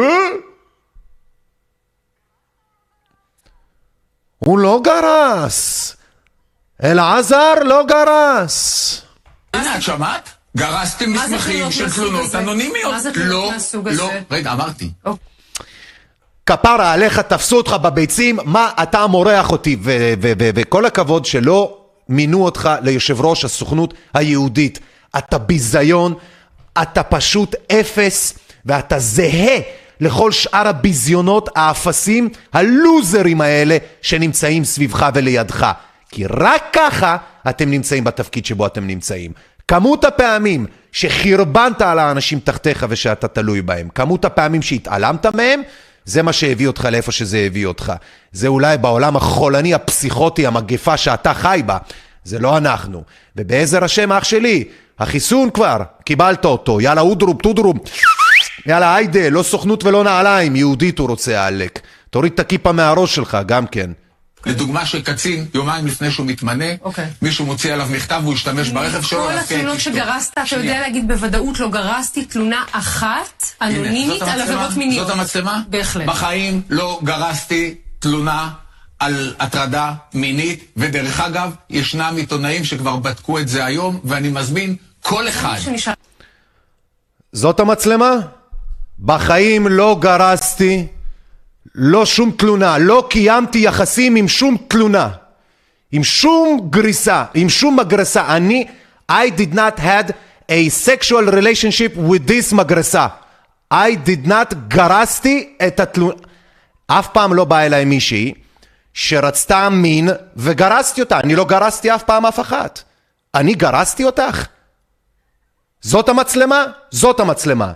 הוא לא גרס. אלעזר לא גרס. הנה, את שמעת? גרסתם מסמכים של תלונות אנונימיות. מה זה תלונות מהסוג הזה? לא, רגע, אמרתי. כפרה עליך, תפסו אותך בביצים, מה אתה מורח אותי? וכל הכבוד שלא מינו אותך ליושב ראש הסוכנות היהודית. אתה ביזיון, אתה פשוט אפס, ואתה זהה לכל שאר הביזיונות האפסים, הלוזרים האלה שנמצאים סביבך ולידך. כי רק ככה אתם נמצאים בתפקיד שבו אתם נמצאים. כמות הפעמים שחרבנת על האנשים תחתיך ושאתה תלוי בהם, כמות הפעמים שהתעלמת מהם, זה מה שהביא אותך לאיפה שזה הביא אותך. זה אולי בעולם החולני, הפסיכוטי, המגפה שאתה חי בה. זה לא אנחנו. ובעזר השם אח שלי, החיסון כבר, קיבלת אותו. יאללה אודרוב, תודרוב. יאללה היידה, לא סוכנות ולא נעליים, יהודית הוא רוצה העלק. תוריד את הכיפה מהראש שלך, גם כן. לדוגמה שקצין, יומיים לפני שהוא מתמנה, מישהו מוציא עליו מכתב והוא ישתמש ברכב שלו. כל התלונות שגרסת, אתה יודע להגיד בוודאות לא גרסתי תלונה אחת אנונימית על עבירות מיניות. זאת המצלמה? בהחלט. בחיים לא גרסתי תלונה על הטרדה מינית, ודרך אגב, ישנם עיתונאים שכבר בדקו את זה היום, ואני מזמין כל אחד. זאת המצלמה? בחיים לא גרסתי, לא שום תלונה, לא קיימתי יחסים עם שום תלונה, עם שום גריסה, עם שום מגרסה. I did not had a sexual relationship with this מגרסה. I did not גרסתי את התלונה. אף פעם לא באה אליי מישהי שרצתה מין וגרסתי אותה. אני לא גרסתי אף פעם אף אחת. אני גרסתי אותך? זאת המצלמה? זאת המצלמה.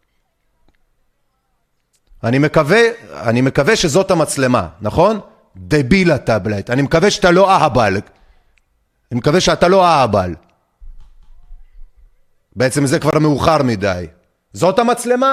אני מקווה שזאת המצלמה, נכון? דביל הטאבלט. אני מקווה שאתה לא אהבל. אני מקווה שאתה לא אהבל. בעצם זה כבר מאוחר מדי. זאת המצלמה?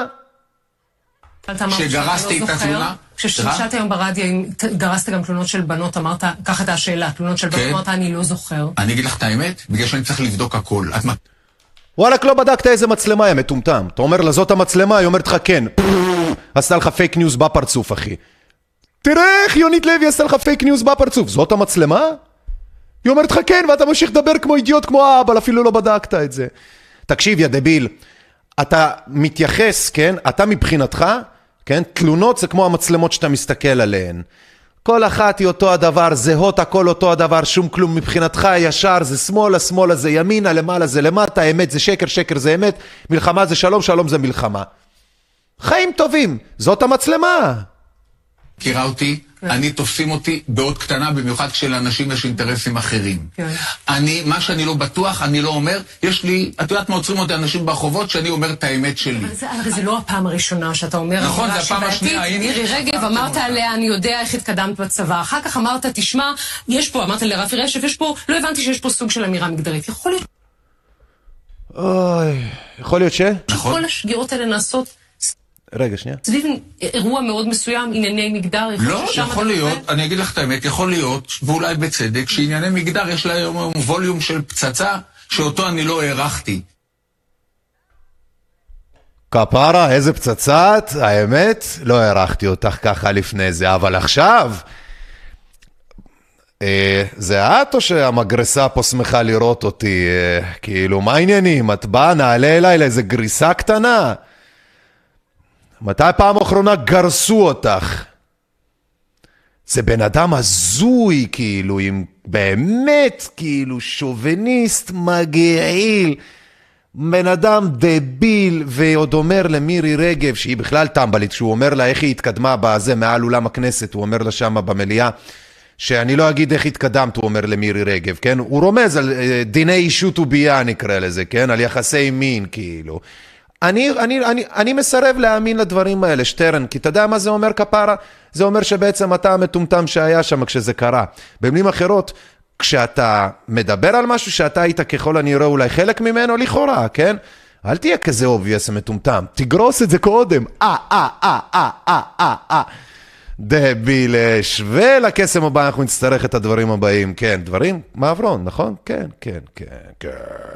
שגרסתי את התלונה? כששאלת היום ברדיו, אם גרסת גם תלונות של בנות, אמרת, קח את השאלה, תלונות של בנות, אמרת, אני לא זוכר. אני אגיד לך את האמת, בגלל שאני צריך לבדוק הכל. וואלק, לא בדקת איזה מצלמה היא מטומטם. אתה אומר לה, זאת המצלמה, היא אומרת לך כן. עשתה לך פייק ניוז בפרצוף, אחי. תראה איך יונית לוי עשתה לך פייק ניוז בפרצוף. זאת המצלמה? היא אומרת לך כן, ואתה ממשיך לדבר כמו אידיוט, כמו האבל, אפילו לא בדקת את זה. תקשיב, יא דביל, אתה מתייחס, כן? אתה מבחינתך, כן? תלונות זה כמו המצלמות שאתה מסתכל עליהן. כל אחת היא אותו הדבר, זהות הכל אותו הדבר, שום כלום מבחינתך ישר, זה שמאלה, שמאלה זה ימינה, למעלה זה למטה, אמת זה שקר, שקר זה אמת, מלחמה זה שלום, שלום זה מלחמה. חיים טובים, זאת המצלמה. מכירה אותי, אני תופסים אותי בעוד קטנה, במיוחד כשלאנשים יש אינטרסים אחרים. מה שאני לא בטוח, אני לא אומר, יש לי, את יודעת מה עוצרים אותי אנשים ברחובות, שאני אומר את האמת שלי. אבל זה לא הפעם הראשונה שאתה אומר, נכון, זה הפעם השנייה. מירי רגב, אמרת עליה, אני יודע איך התקדמת בצבא. אחר כך אמרת, תשמע, יש פה, אמרת לרפי רשף, יש פה, לא הבנתי שיש פה סוג של אמירה מגדרית. יכול להיות... אוי, יכול להיות ש? כל השגיאות האלה נעשות... רגע, שנייה. סביב אירוע מאוד מסוים, ענייני מגדר. לא, יכול להיות, אני אגיד לך את האמת, יכול להיות, ואולי בצדק, שענייני מגדר יש לה היום ווליום של פצצה, שאותו אני לא הערכתי. כפרה, איזה פצצת, האמת, לא הערכתי אותך ככה לפני זה, אבל עכשיו, זה את או שהמגרסה פה שמחה לראות אותי, כאילו, מה העניינים? את באה, נעלה אליי לאיזה גריסה קטנה? מתי פעם אחרונה גרסו אותך? זה בן אדם הזוי, כאילו, עם באמת, כאילו, שוביניסט מגעיל, בן אדם דביל, ועוד אומר למירי רגב, שהיא בכלל טמבלית, כשהוא אומר לה איך היא התקדמה בזה, מעל אולם הכנסת, הוא אומר לה שמה במליאה, שאני לא אגיד איך התקדמת, הוא אומר למירי רגב, כן? הוא רומז על דיני אישות ובייה, נקרא לזה, כן? על יחסי מין, כאילו. אני מסרב להאמין לדברים האלה, שטרן, כי אתה יודע מה זה אומר כפרה? זה אומר שבעצם אתה המטומטם שהיה שם כשזה קרה. במילים אחרות, כשאתה מדבר על משהו שאתה היית ככל הנראה אולי חלק ממנו, לכאורה, כן? אל תהיה כזה אובייס המטומטם, תגרוס את זה קודם. דבילש, ולקסם הבא אנחנו נצטרך את הדברים הבאים. כן, דברים? מעברון, נכון? כן, כן, כן, כן.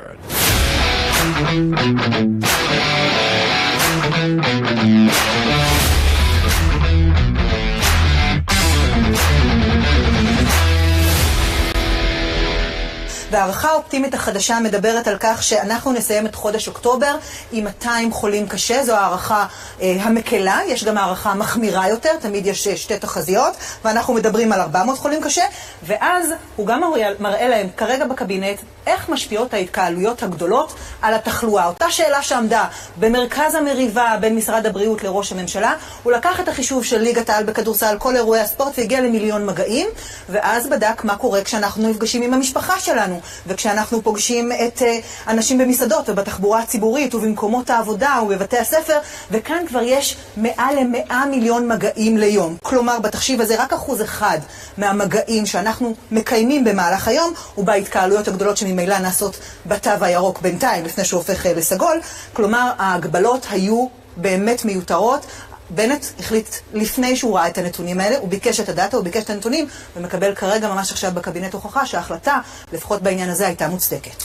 והערכה האופטימית החדשה מדברת על כך שאנחנו נסיים את חודש אוקטובר עם 200 חולים קשה. זו הערכה המקלה, יש גם הערכה מחמירה יותר, תמיד יש שתי תחזיות, ואנחנו מדברים על 400 חולים קשה, ואז הוא גם מראה להם כרגע בקבינט איך משפיעות ההתקהלויות הגדולות על התחלואה. אותה שאלה שעמדה במרכז המריבה בין משרד הבריאות לראש הממשלה, הוא לקח את החישוב של ליגת העל בכדורסל, כל אירועי הספורט, והגיע למיליון מגעים, ואז בדק מה קורה כשאנחנו נפגשים עם המשפחה שלנו, וכשאנחנו פוגשים את אנשים במסעדות ובתחבורה הציבורית ובמקומות העבודה ובבתי הספר, וכאן כבר יש מעל ל100 מיליון מגעים ליום. כלומר, בתחשיב הזה רק 1% מהמגעים שאנחנו מקיימים במהלך היום, ובהתקהלויות הגדולות שממילא נעשות בתו הירוק בינתיים, לפני שהוא הופך לסגול. כלומר, ההגבלות היו באמת מיותרות. בנט החליט לפני שהוא ראה את הנתונים האלה, הוא ביקש את הדאטה, הוא ביקש את הנתונים, ומקבל כרגע ממש עכשיו בקבינט הוכחה שההחלטה, לפחות בעניין הזה, הייתה מוצדקת.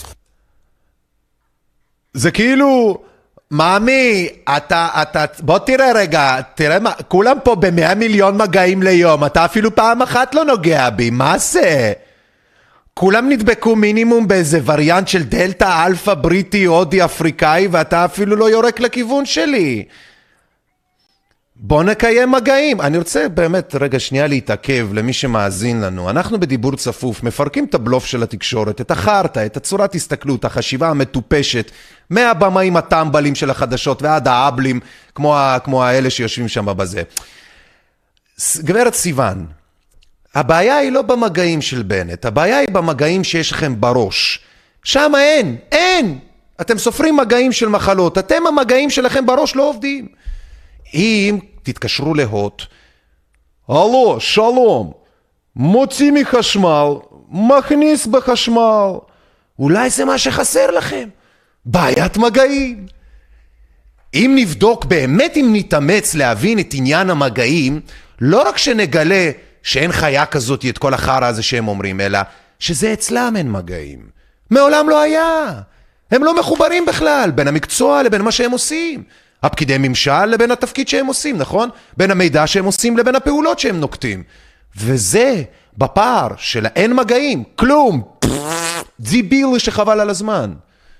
זה כאילו, מאמי, בוא תראה רגע, תראה מה, כולם פה ב100 מיליון מגעים ליום, אתה אפילו פעם אחת לא נוגע בי, מה זה? כולם נדבקו מינימום באיזה וריאנט של דלטה, אלפא, בריטי, הודי, אפריקאי, ואתה אפילו לא יורק לכיוון שלי. בוא נקיים מגעים. אני רוצה באמת רגע שנייה להתעכב למי שמאזין לנו. אנחנו בדיבור צפוף מפרקים את הבלוף של התקשורת, את החרטה, את הצורת הסתכלות, החשיבה המטופשת, מהבמאים הטמבלים של החדשות ועד האבלים, כמו האלה שיושבים שם בזה. גברת סיוון, הבעיה היא לא במגעים של בנט, הבעיה היא במגעים שיש לכם בראש. שם אין. אתם סופרים מגעים של מחלות, אתם המגעים שלכם בראש לא עובדים. אם תתקשרו להוט, הלו, שלום, מוציא מחשמל, מכניס בחשמל, אולי זה מה שחסר לכם, בעיית מגעים. אם נבדוק באמת, אם נתאמץ להבין את עניין המגעים, לא רק שנגלה שאין חיה כזאת את כל החרא הזה שהם אומרים, אלא שזה אצלם אין מגעים. מעולם לא היה. הם לא מחוברים בכלל, בין המקצוע לבין מה שהם עושים. הפקידי ממשל לבין התפקיד שהם עושים, נכון? בין המידע שהם עושים לבין הפעולות שהם נוקטים. וזה בפער של אין מגעים, כלום. דיביל שחבל על הזמן.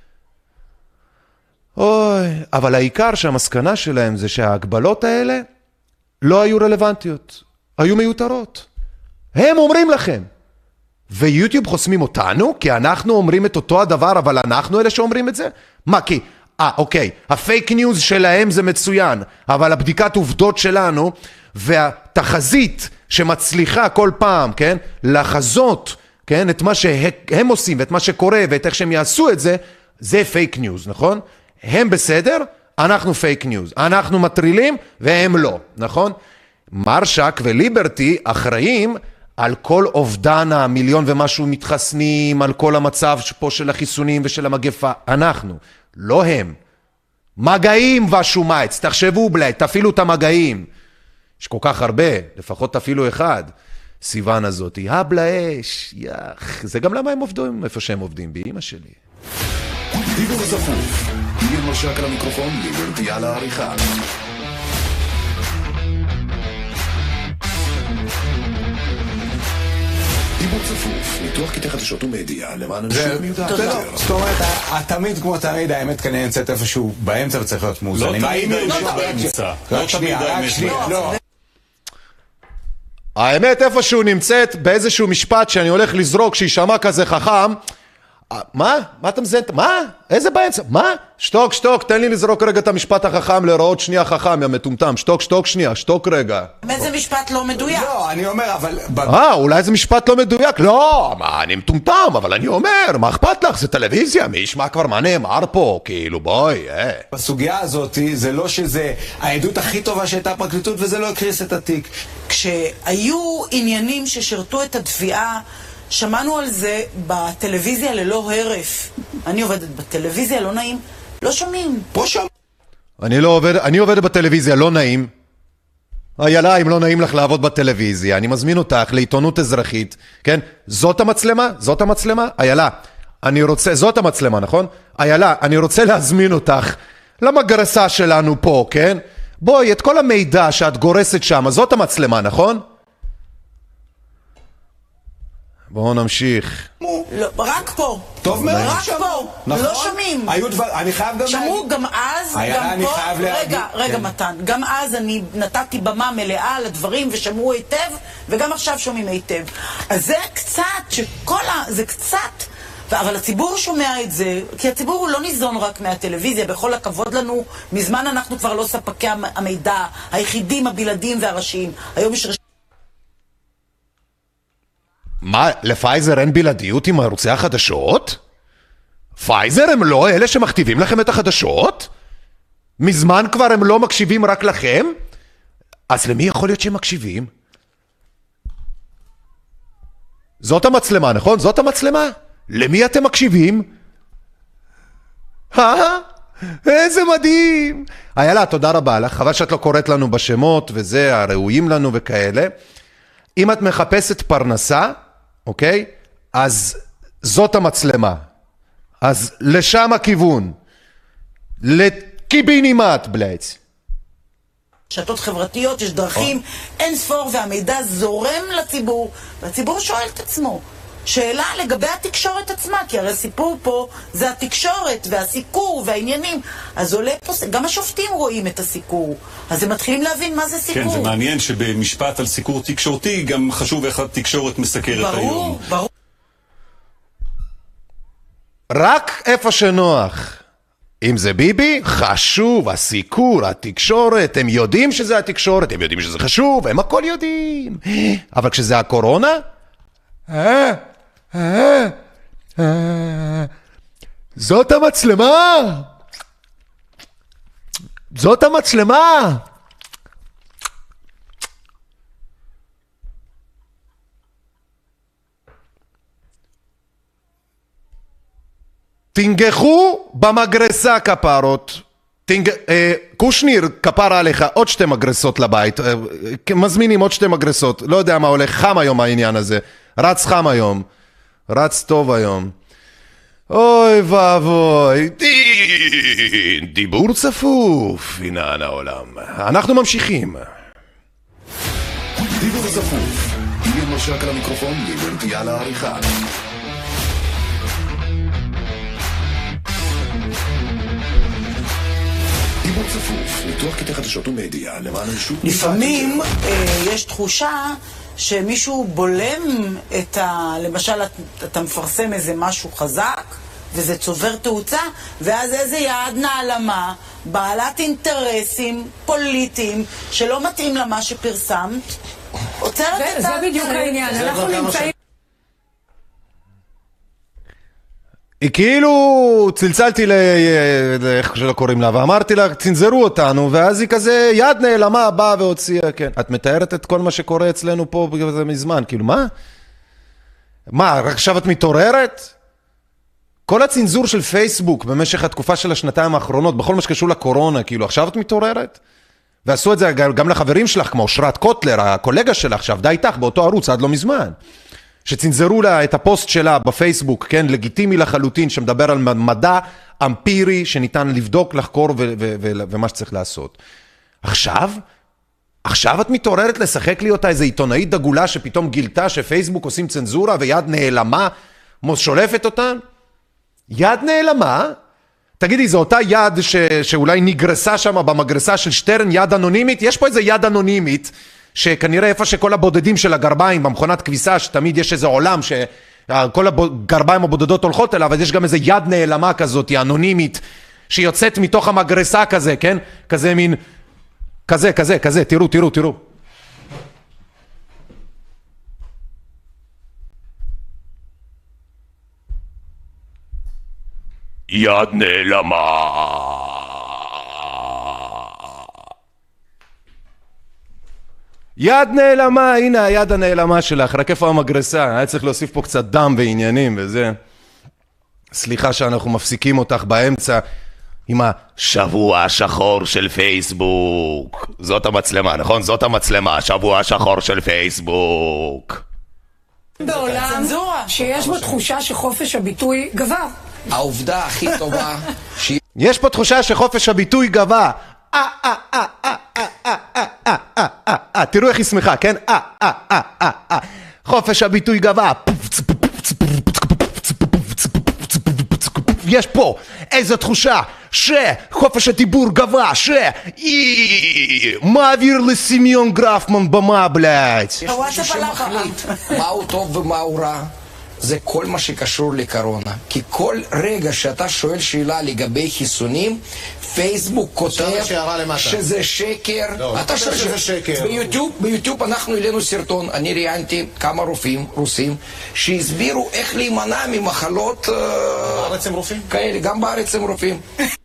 אוי, אבל העיקר שהמסקנה שלהם זה שההגבלות האלה לא היו רלוונטיות, היו מיותרות. הם אומרים לכם. ויוטיוב חוסמים אותנו, כי אנחנו אומרים את אותו הדבר, אבל אנחנו אלה שאומרים את זה? מה, כי... אוקיי, הפייק ניוז שלהם זה מצוין, אבל הבדיקת עובדות שלנו והתחזית שמצליחה כל פעם, כן, לחזות, כן, את מה שהם עושים ואת מה שקורה ואת איך שהם יעשו את זה, זה פייק ניוז, נכון? הם בסדר, אנחנו פייק ניוז, אנחנו מטרילים והם לא, נכון? מרשק וליברטי אחראים על כל אובדן המיליון ומשהו מתחסנים, על כל המצב פה של החיסונים ושל המגפה, אנחנו. לא הם. מגעים ושומץ, תחשבו בלי, תפעילו את המגעים. יש כל כך הרבה, לפחות תפעילו אחד. סיוון הזאת, הבלאש, יח. זה גם למה הם עובדים איפה שהם עובדים, באמא שלי. דיבור זפוף, אילן משק על המיקרופון, ליברטי על העריכה. דיבור צפוף, ניתוח קטעי חדשות ומדיה, למען אנשים מיודע יותר. זאת אומרת, תמיד כמו תמיד, האמת כנראה נמצאת איפשהו באמצע וצריך להיות מאוזן. לא תמיד האמת באמצע. לא תמיד האמת באמצע. האמת איפשהו נמצאת באיזשהו משפט שאני הולך לזרוק שישמע כזה חכם. מה? מה אתה מזיין? מה? איזה באמצע? מה? שתוק, שתוק, תן לי לזרוק רגע את המשפט החכם להיראות שנייה חכם, יא מטומטם. שתוק, שתוק שנייה, שתוק רגע. איזה משפט לא מדויק? לא, אני אומר, אבל... אולי זה משפט לא מדויק? לא, מה, אני מטומטם, אבל אני אומר, מה אכפת לך? זה טלוויזיה, מי ישמע כבר מה נאמר פה? כאילו, בואי, בסוגיה הזאת, זה לא שזה העדות הכי טובה שהייתה פרקליטות, וזה לא הקריס את התיק. כשהיו עניינים ששרתו את התביעה, שמענו על זה בטלוויזיה ללא הרף. אני עובדת בטלוויזיה, לא נעים. לא שומעים. פה שם. אני עובדת בטלוויזיה, לא נעים. איילה, אם לא נעים לך לעבוד בטלוויזיה, אני מזמין אותך לעיתונות אזרחית, כן? זאת המצלמה? זאת המצלמה? איילה, זאת המצלמה, נכון? איילה, אני רוצה להזמין אותך למגרסה שלנו פה, כן? בואי, את כל המידע שאת גורסת שם, זאת המצלמה, נכון? בואו נמשיך. לא, רק פה. טוב מאוד. רק פה. נכון? לא שומעים. היו דבר, אני חייב גם... שמעו גם אז, גם פה. רגע, מתן. גם אז אני נתתי במה מלאה לדברים ושמעו היטב, וגם עכשיו שומעים היטב. אז זה קצת, זה קצת... אבל הציבור שומע את זה, כי הציבור הוא לא ניזון רק מהטלוויזיה, בכל הכבוד לנו, מזמן אנחנו כבר לא ספקי המידע, היחידים, הבלעדים והראשיים. היום יש מה, לפייזר אין בלעדיות עם ערוצי החדשות? פייזר הם לא אלה שמכתיבים לכם את החדשות? מזמן כבר הם לא מקשיבים רק לכם? אז למי יכול להיות שהם מקשיבים? זאת המצלמה, נכון? זאת המצלמה? למי אתם מקשיבים? איזה מדהים! איילה, תודה רבה לך. חבל שאת לא קוראת לנו בשמות וזה, הראויים לנו וכאלה. אם את מחפשת פרנסה, אוקיי? אז זאת המצלמה. אז לשם הכיוון. לקיבינימט, בלייץ. רשתות חברתיות, יש דרכים אין ספור והמידע זורם לציבור, והציבור שואל את עצמו. שאלה לגבי התקשורת עצמה, כי הרי סיפור פה זה התקשורת והסיקור והעניינים. אז עולה פה, גם השופטים רואים את הסיקור, אז הם מתחילים להבין מה זה סיקור. כן, זה מעניין שבמשפט על סיקור תקשורתי גם חשוב איך התקשורת מסקרת היום. ברור. רק איפה שנוח. אם זה ביבי, חשוב, הסיקור, התקשורת, הם יודעים שזה התקשורת, הם יודעים שזה חשוב, הם הכל יודעים. אבל כשזה הקורונה, זאת המצלמה! זאת המצלמה! תנגחו במגרסה כפרות. קושניר כפר עליך עוד 2 מגרסות לבית. מזמינים עוד 2 מגרסות. לא יודע מה הולך, חם היום העניין הזה. רץ חם היום. רץ טוב היום. אוי ואבוי. דיבור צפוף. עניין העולם. אנחנו ממשיכים. דיבור צפוף. אילן משק על המיקרופון, ליברטי על העריכה. דיבור צפוף, ניתוח קטעי חדשות ומדיה, למען אנשים... לפעמים יש תחושה שמישהו בולם את למשל, אתה מפרסם איזה משהו חזק, וזה צובר תאוצה, ואז איזה יעד נעלמה, בעלת אינטרסים פוליטיים, שלא מתאים למה שפרסמת, עוצרת את זה בדיוק העניין, אנחנו נמצאים... כאילו צלצלתי איך שלא קוראים לה, ואמרתי לה, צנזרו אותנו, ואז היא כזה יד נעלמה, באה והוציאה, כן. את מתארת את כל מה שקורה אצלנו פה מזמן, כאילו מה? מה, רק עכשיו את מתעוררת? כל הצנזור של פייסבוק במשך התקופה של השנתיים האחרונות, בכל מה שקשור לקורונה, כאילו עכשיו את מתעוררת? ועשו את זה גם לחברים שלך, כמו אושרת קוטלר, הקולגה שלך, שעבדה איתך באותו ערוץ עד לא מזמן. שצנזרו לה את הפוסט שלה בפייסבוק, כן, לגיטימי לחלוטין, שמדבר על מדע אמפירי, שניתן לבדוק, לחקור ומה שצריך לעשות. עכשיו את מתעוררת לשחק לי אותה איזו עיתונאית דגולה, שפתאום גילתה שפייסבוק עושים צנזורה, ויד נעלמה, שולפת אותן? יד נעלמה? תגידי, זו אותה יד שאולי נגרסה שם במגרסה של שטרן, יד אנונימית? יש פה איזו יד אנונימית, שכנראה איפה שכל הבודדים של הגרביים במכונת כביסה, שתמיד יש איזה עולם שכל הגרביים הבודדות הולכות אליו, אז יש גם איזה יד נעלמה כזאת, אנונימית, שיוצאת מתוך המגרסה כזה, כן? כזה מין, כזה, תראו. יד נעלמה. יד נעלמה, הנה היד הנעלמה שלך, רק איפה המגרסה? היה צריך להוסיף פה קצת דם ועניינים וזה. סליחה שאנחנו מפסיקים אותך באמצע עם השבוע השחור של פייסבוק. זאת המצלמה, נכון? זאת המצלמה, השבוע השחור של פייסבוק. בעולם שיש בו תחושה שחופש הביטוי גבר. העובדה הכי טובה יש פה תחושה שחופש הביטוי גבר. תראו איך היא שמחה, כן? חופש הביטוי גבר. יש פה איזו תחושה שחופש הדיבור גבר, מעביר לסמיון גרפמן במה, בלעד. יש מישהו שמחליט מהו טוב ומהו רע. זה כל מה שקשור לקורונה. כי כל רגע שאתה שואל שאלה לגבי חיסונים, פייסבוק כותב שזה שקר. לא, אתה חושב שזה שקר. ביוטיוב אנחנו העלינו סרטון, אני ראיינתי כמה רופאים רוסים שהסבירו איך להימנע ממחלות בארץ הם רופאים? כאלה, גם בארץ הם רופאים.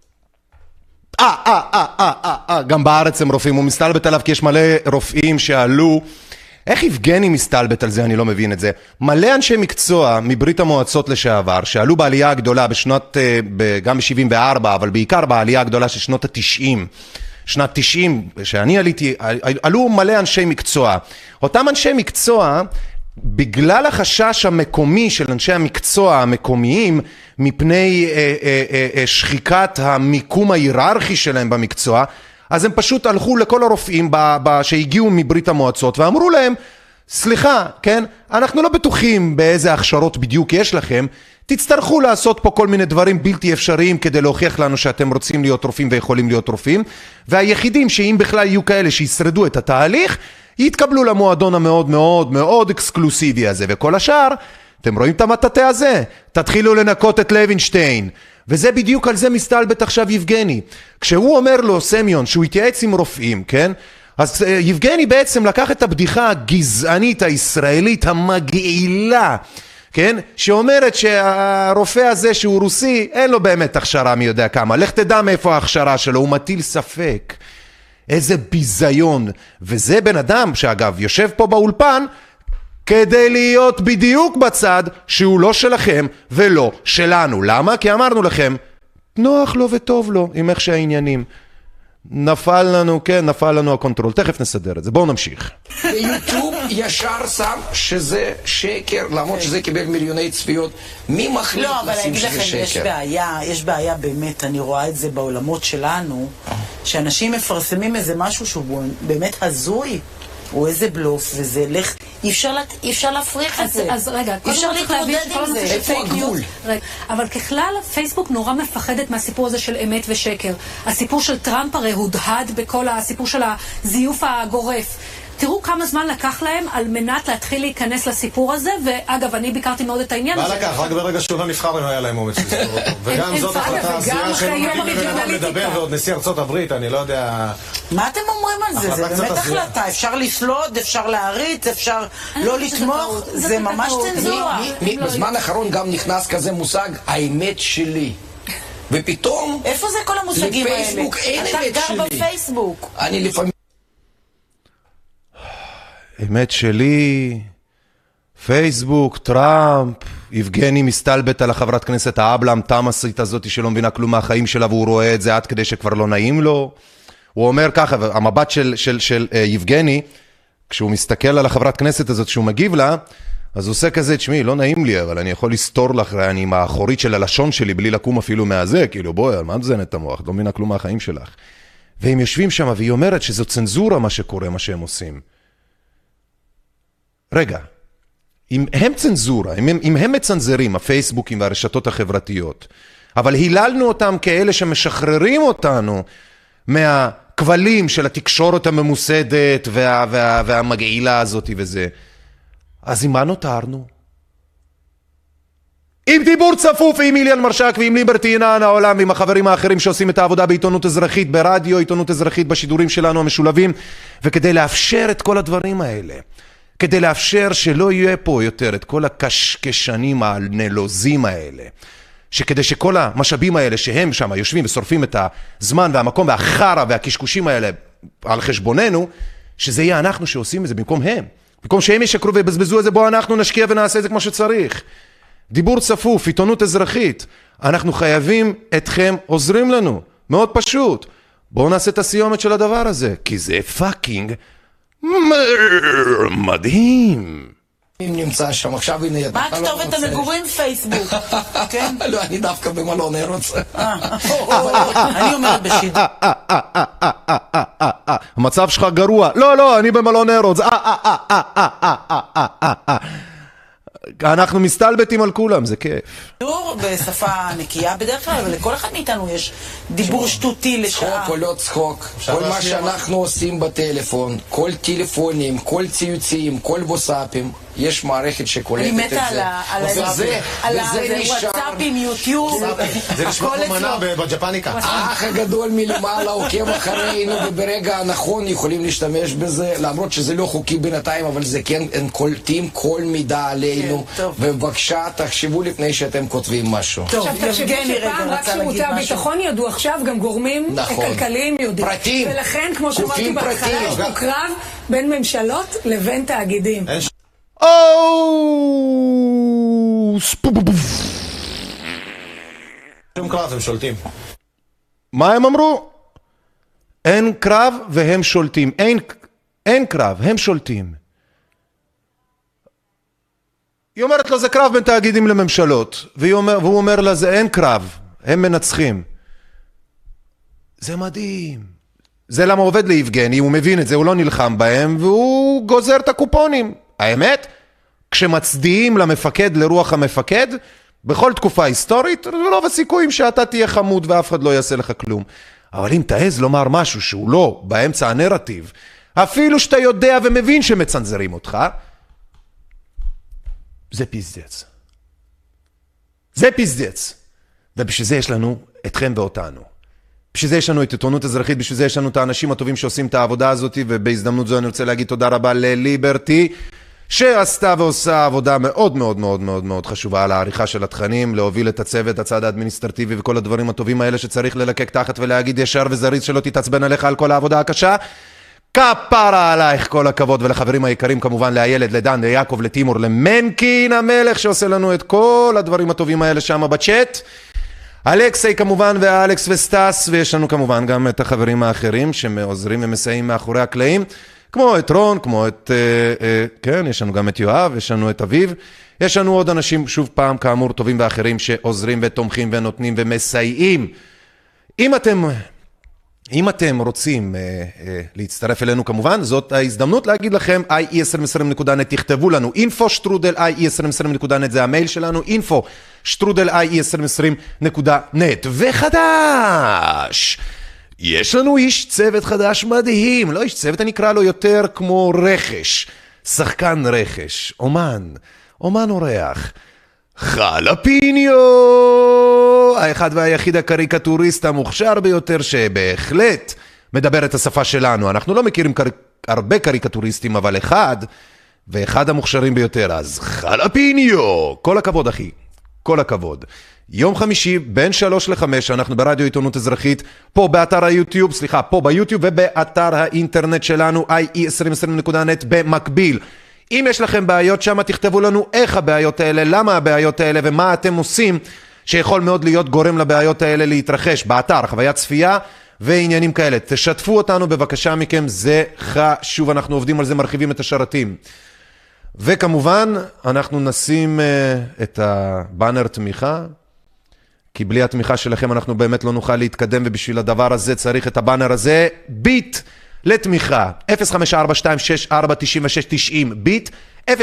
גם בארץ הם רופאים, הוא מסתלבט עליו כי יש מלא רופאים שעלו. איך יבגני מסתלבט על זה? אני לא מבין את זה. מלא אנשי מקצוע מברית המועצות לשעבר, שעלו בעלייה הגדולה בשנות, גם ב-74, אבל בעיקר בעלייה הגדולה של שנות ה-90, שנת 90, שאני עליתי, עלו מלא אנשי מקצוע. אותם אנשי מקצוע, בגלל החשש המקומי של אנשי המקצוע המקומיים, מפני שחיקת המיקום ההיררכי שלהם במקצוע, אז הם פשוט הלכו לכל הרופאים שהגיעו מברית המועצות ואמרו להם, סליחה, כן, אנחנו לא בטוחים באיזה הכשרות בדיוק יש לכם, תצטרכו לעשות פה כל מיני דברים בלתי אפשריים כדי להוכיח לנו שאתם רוצים להיות רופאים ויכולים להיות רופאים, והיחידים שאם בכלל יהיו כאלה שישרדו את התהליך, יתקבלו למועדון המאוד מאוד מאוד אקסקלוסיבי הזה, וכל השאר, אתם רואים את המטאטא הזה? תתחילו לנקות את לוינשטיין. וזה בדיוק על זה מסתלבט עכשיו יבגני. כשהוא אומר לו, סמיון, שהוא התייעץ עם רופאים, כן? אז יבגני בעצם לקח את הבדיחה הגזענית הישראלית המגעילה, כן? שאומרת שהרופא הזה שהוא רוסי, אין לו באמת הכשרה מי יודע כמה. לך תדע מאיפה ההכשרה שלו, הוא מטיל ספק. איזה ביזיון. וזה בן אדם שאגב יושב פה באולפן, כדי להיות בדיוק בצד שהוא לא שלכם ולא שלנו. למה? כי אמרנו לכם, נוח לו וטוב לו עם איך שהעניינים. נפל לנו הקונטרול. תכף נסדר את זה. בואו נמשיך. ביוטיוב ישר שם שזה שקר, למרות שזה קיבל מיליוני צפיות. מי מחליט לשים שזה שקר? לא, אבל אני אגיד לכם, יש בעיה באמת, אני רואה את זה בעולמות שלנו, שאנשים מפרסמים איזה משהו שהוא באמת הזוי. או איזה בלוף, וזה לך, אי אפשר להפריך את זה. אז רגע, אי אפשר להתמודד עם זה. איפה הגבול? אבל ככלל, פייסבוק נורא מפחדת מהסיפור הזה של אמת ושקר. הסיפור של טראמפ הרי הודהד בכל הסיפור של הזיוף הגורף. תראו כמה זמן לקח להם על מנת להתחיל להיכנס לסיפור הזה, ואגב, אני ביקרתי מאוד את העניין הזה. מה לקח? רק ברגע שהוא לא נבחר אם היה להם אומץ לסגור אותו. וגם זאת החלטה הזויה שהם נותנים לבן אדם לדבר, ועוד נשיא ארצות הברית, אני לא יודע... מה אתם אומרים על זה? זה באמת החלטה. אפשר לסלוד, אפשר להריץ, אפשר לא לתמוך, זה ממש צנזורה. בזמן האחרון גם נכנס כזה מושג, האמת שלי. ופתאום... איפה זה כל המושגים האלה? לפייסבוק אין אמת שלי. אתה גר בפייסבוק. אני לפעמים... אמת שלי, פייסבוק, טראמפ, יבגני מסתלבט על החברת כנסת האבלה המתמסית הזאת שלא מבינה כלום מהחיים שלה, והוא רואה את זה עד כדי שכבר לא נעים לו. הוא אומר ככה, המבט של יבגני, כשהוא מסתכל על החברת כנסת הזאת שהוא מגיב לה, אז הוא עושה כזה, תשמעי, לא נעים לי, אבל אני יכול לסתור לך, אני עם האחורית של הלשון שלי, בלי לקום אפילו מהזה, כאילו בואי, על מה מזנת את המוח? לא מבינה כלום מהחיים שלך. והם יושבים שם, והיא אומרת שזו צנזורה מה שקורה, מה שהם עושים. רגע, אם הם צנזורה, אם הם מצנזרים, הפייסבוקים והרשתות החברתיות, אבל היללנו אותם כאלה שמשחררים אותנו מהכבלים של התקשורת הממוסדת והמגעילה הזאת וזה, אז עם מה נותרנו? עם דיבור צפוף, עם איליאן מרשק ועם ליברטי עינן העולם ועם החברים האחרים שעושים את העבודה בעיתונות אזרחית, ברדיו, עיתונות אזרחית, בשידורים שלנו המשולבים, וכדי לאפשר את כל הדברים האלה, כדי לאפשר שלא יהיה פה יותר את כל הקשקשנים הנלוזים האלה, שכדי שכל המשאבים האלה שהם שם יושבים ושורפים את הזמן והמקום והחרה והקשקושים האלה על חשבוננו, שזה יהיה אנחנו שעושים את זה במקום הם. במקום שהם ישקרו ובזבזו את זה, בוא אנחנו נשקיע ונעשה את זה כמו שצריך. דיבור צפוף, עיתונות אזרחית. אנחנו חייבים אתכם, עוזרים לנו. מאוד פשוט. בואו נעשה את הסיומת של הדבר הזה, כי זה פאקינג מדהים. אם נמצא שם עכשיו, הנה... מה הכתובת המגורים? פייסבוק, כן? לא, אני דווקא במלון ארוץ. אני אומרת בשידור. המצב שלך גרוע. לא, אני במלון ארוץ. אנחנו מסתלבטים על כולם, זה כיף. דיבור בשפה נקייה בדרך כלל, אבל לכל אחד מאיתנו יש דיבור שטותי לשעה. צחוק או לא צחוק, כל מה שאנחנו עושים בטלפון, כל טלפונים, כל ציוצים, כל וואטסאפים, יש מערכת שקולטת את זה. אני מתה על וואטסאפים, יוטיוב. זה נשמע כמו מנה בג'פניקה. האח הגדול מלמעלה עוקב אחרינו, וברגע הנכון יכולים להשתמש בזה, למרות שזה לא חוקי בינתיים, אבל זה כן, הם קולטים כל מידע עלינו, ובבקשה תחשבו לפני שאתם כותבים משהו. עכשיו תחשבו שפעם רק שירותי הביטחון ידעו, עכשיו גם גורמים כלכליים יודעים. פרטים. ולכן, כמו שאמרתי בהתחלה, יש פה קרב בין ממשלות לבין תאגידים. שום קרב, הם שולטים. מה הם אמרו? אין קרב והם שולטים. אין קרב, הם שולטים. היא אומרת לו, זה קרב בין תאגידים לממשלות. והוא אומר לה, זה אין קרב, הם מנצחים. זה מדהים. זה למה עובד ליבגני, הוא מבין את זה, הוא לא נלחם בהם, והוא גוזר את הקופונים. האמת, כשמצדיעים למפקד, לרוח המפקד, בכל תקופה היסטורית, רוב הסיכויים שאתה תהיה חמוד ואף אחד לא יעשה לך כלום. אבל אם תעז לומר משהו שהוא לא באמצע הנרטיב, אפילו שאתה יודע ומבין שמצנזרים אותך, זה פזדץ. זה פזדץ. ובשביל זה יש לנו אתכם ואותנו. בשביל זה יש לנו את עיתונות אזרחית, בשביל זה יש לנו את האנשים הטובים שעושים את העבודה הזאת, ובהזדמנות זו אני רוצה להגיד תודה רבה לליברטי, שעשתה ועושה עבודה מאוד מאוד מאוד מאוד מאוד חשובה על העריכה של התכנים, להוביל את הצוות, הצד האדמיניסטרטיבי וכל הדברים הטובים האלה שצריך ללקק תחת ולהגיד ישר וזריז שלא תתעצבן עליך על כל העבודה הקשה. כפרה עלייך, כל הכבוד, ולחברים היקרים כמובן, לילד, לדן, ליעקב, לתימור, למנקין המלך שעושה לנו את כל הדברים הטובים האלה שם בצ'אט. אלכסי כמובן ואלכס וסטס, ויש לנו כמובן גם את החברים האחרים שעוזרים ומסייעים מאחורי הקלעים, כמו את רון, כמו את, כן, יש לנו גם את יואב, יש לנו את אביב, יש לנו עוד אנשים, שוב פעם, כאמור, טובים ואחרים שעוזרים ותומכים ונותנים ומסייעים. אם אתם רוצים להצטרף אלינו כמובן, זאת ההזדמנות להגיד לכם, ie2020.net, תכתבו לנו, info@ie2020.net, זה המייל שלנו, info@ie2020.net. וחדש! יש לנו איש צוות חדש מדהים, לא איש צוות, אני אקרא לו יותר כמו רכש, שחקן רכש, אומן אורח, חלפיניו, האחד והיחיד הקריקטוריסט המוכשר ביותר שבהחלט מדבר את השפה שלנו. אנחנו לא מכירים הרבה קריקטוריסטים, אבל אחד המוכשרים ביותר, אז חלפיניו, כל הכבוד אחי, כל הכבוד. יום חמישי בין 3 ל-5 אנחנו ברדיו עיתונות אזרחית, פה באתר היוטיוב, פה ביוטיוב ובאתר האינטרנט שלנו ie2020.net במקביל. אם יש לכם בעיות שם, תכתבו לנו איך הבעיות האלה, למה הבעיות האלה ומה אתם עושים שיכול מאוד להיות גורם לבעיות האלה להתרחש באתר, חוויית צפייה ועניינים כאלה. תשתפו אותנו בבקשה מכם, זה חשוב, אנחנו עובדים על זה, מרחיבים את השרתים. וכמובן, אנחנו נשים את הבאנר תמיכה, כי בלי התמיכה שלכם אנחנו באמת לא נוכל להתקדם, ובשביל הדבר הזה צריך את הבאנר הזה, ביט לתמיכה, 0542-6496-90, ביט, 0542-6496-90,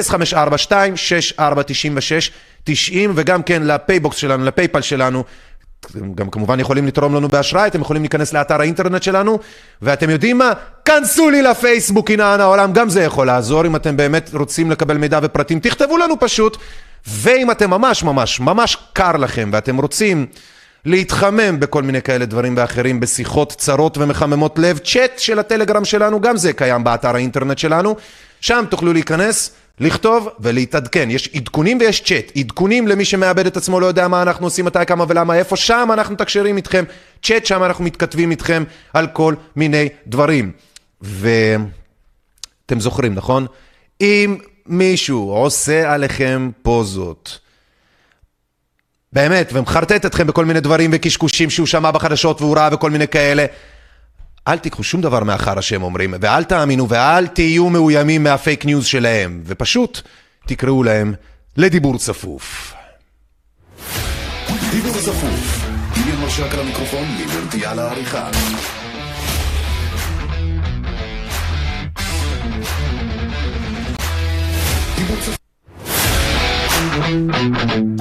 וגם כן לפייבוקס שלנו, לפייפל שלנו, גם כמובן יכולים לתרום לנו באשראי, אתם יכולים להיכנס לאתר האינטרנט שלנו, ואתם יודעים מה? כנסו לי לפייסבוק, הנה העולם, גם זה יכול לעזור, אם אתם באמת רוצים לקבל מידע ופרטים, תכתבו לנו פשוט, ואם אתם ממש קר לכם, ואתם רוצים להתחמם בכל מיני כאלה דברים ואחרים, בשיחות צרות ומחממות לב, צ'אט של הטלגרם שלנו, גם זה קיים באתר האינטרנט שלנו, שם תוכלו להיכנס, לכתוב ולהתעדכן. יש עדכונים ויש צ'אט. עדכונים למי שמאבד את עצמו, לא יודע מה אנחנו עושים, מתי, כמה ולמה, איפה, שם אנחנו תקשרים איתכם. צ'אט, שם אנחנו מתכתבים איתכם על כל מיני דברים. ואתם זוכרים, נכון? אם מישהו עושה עליכם פוזות, באמת, ומחרטט אתכם בכל מיני דברים וקשקושים שהוא שמע בחדשות והוא ראה וכל מיני כאלה, אל תיקחו שום דבר מאחר השם אומרים, ואל תאמינו ואל תהיו מאוימים מהפייק ניוז שלהם, ופשוט תקראו להם לדיבור צפוף. דיבור צפוף, אילן משק על המיקרופון, ליברטי על העריכה. דיבור צפוף.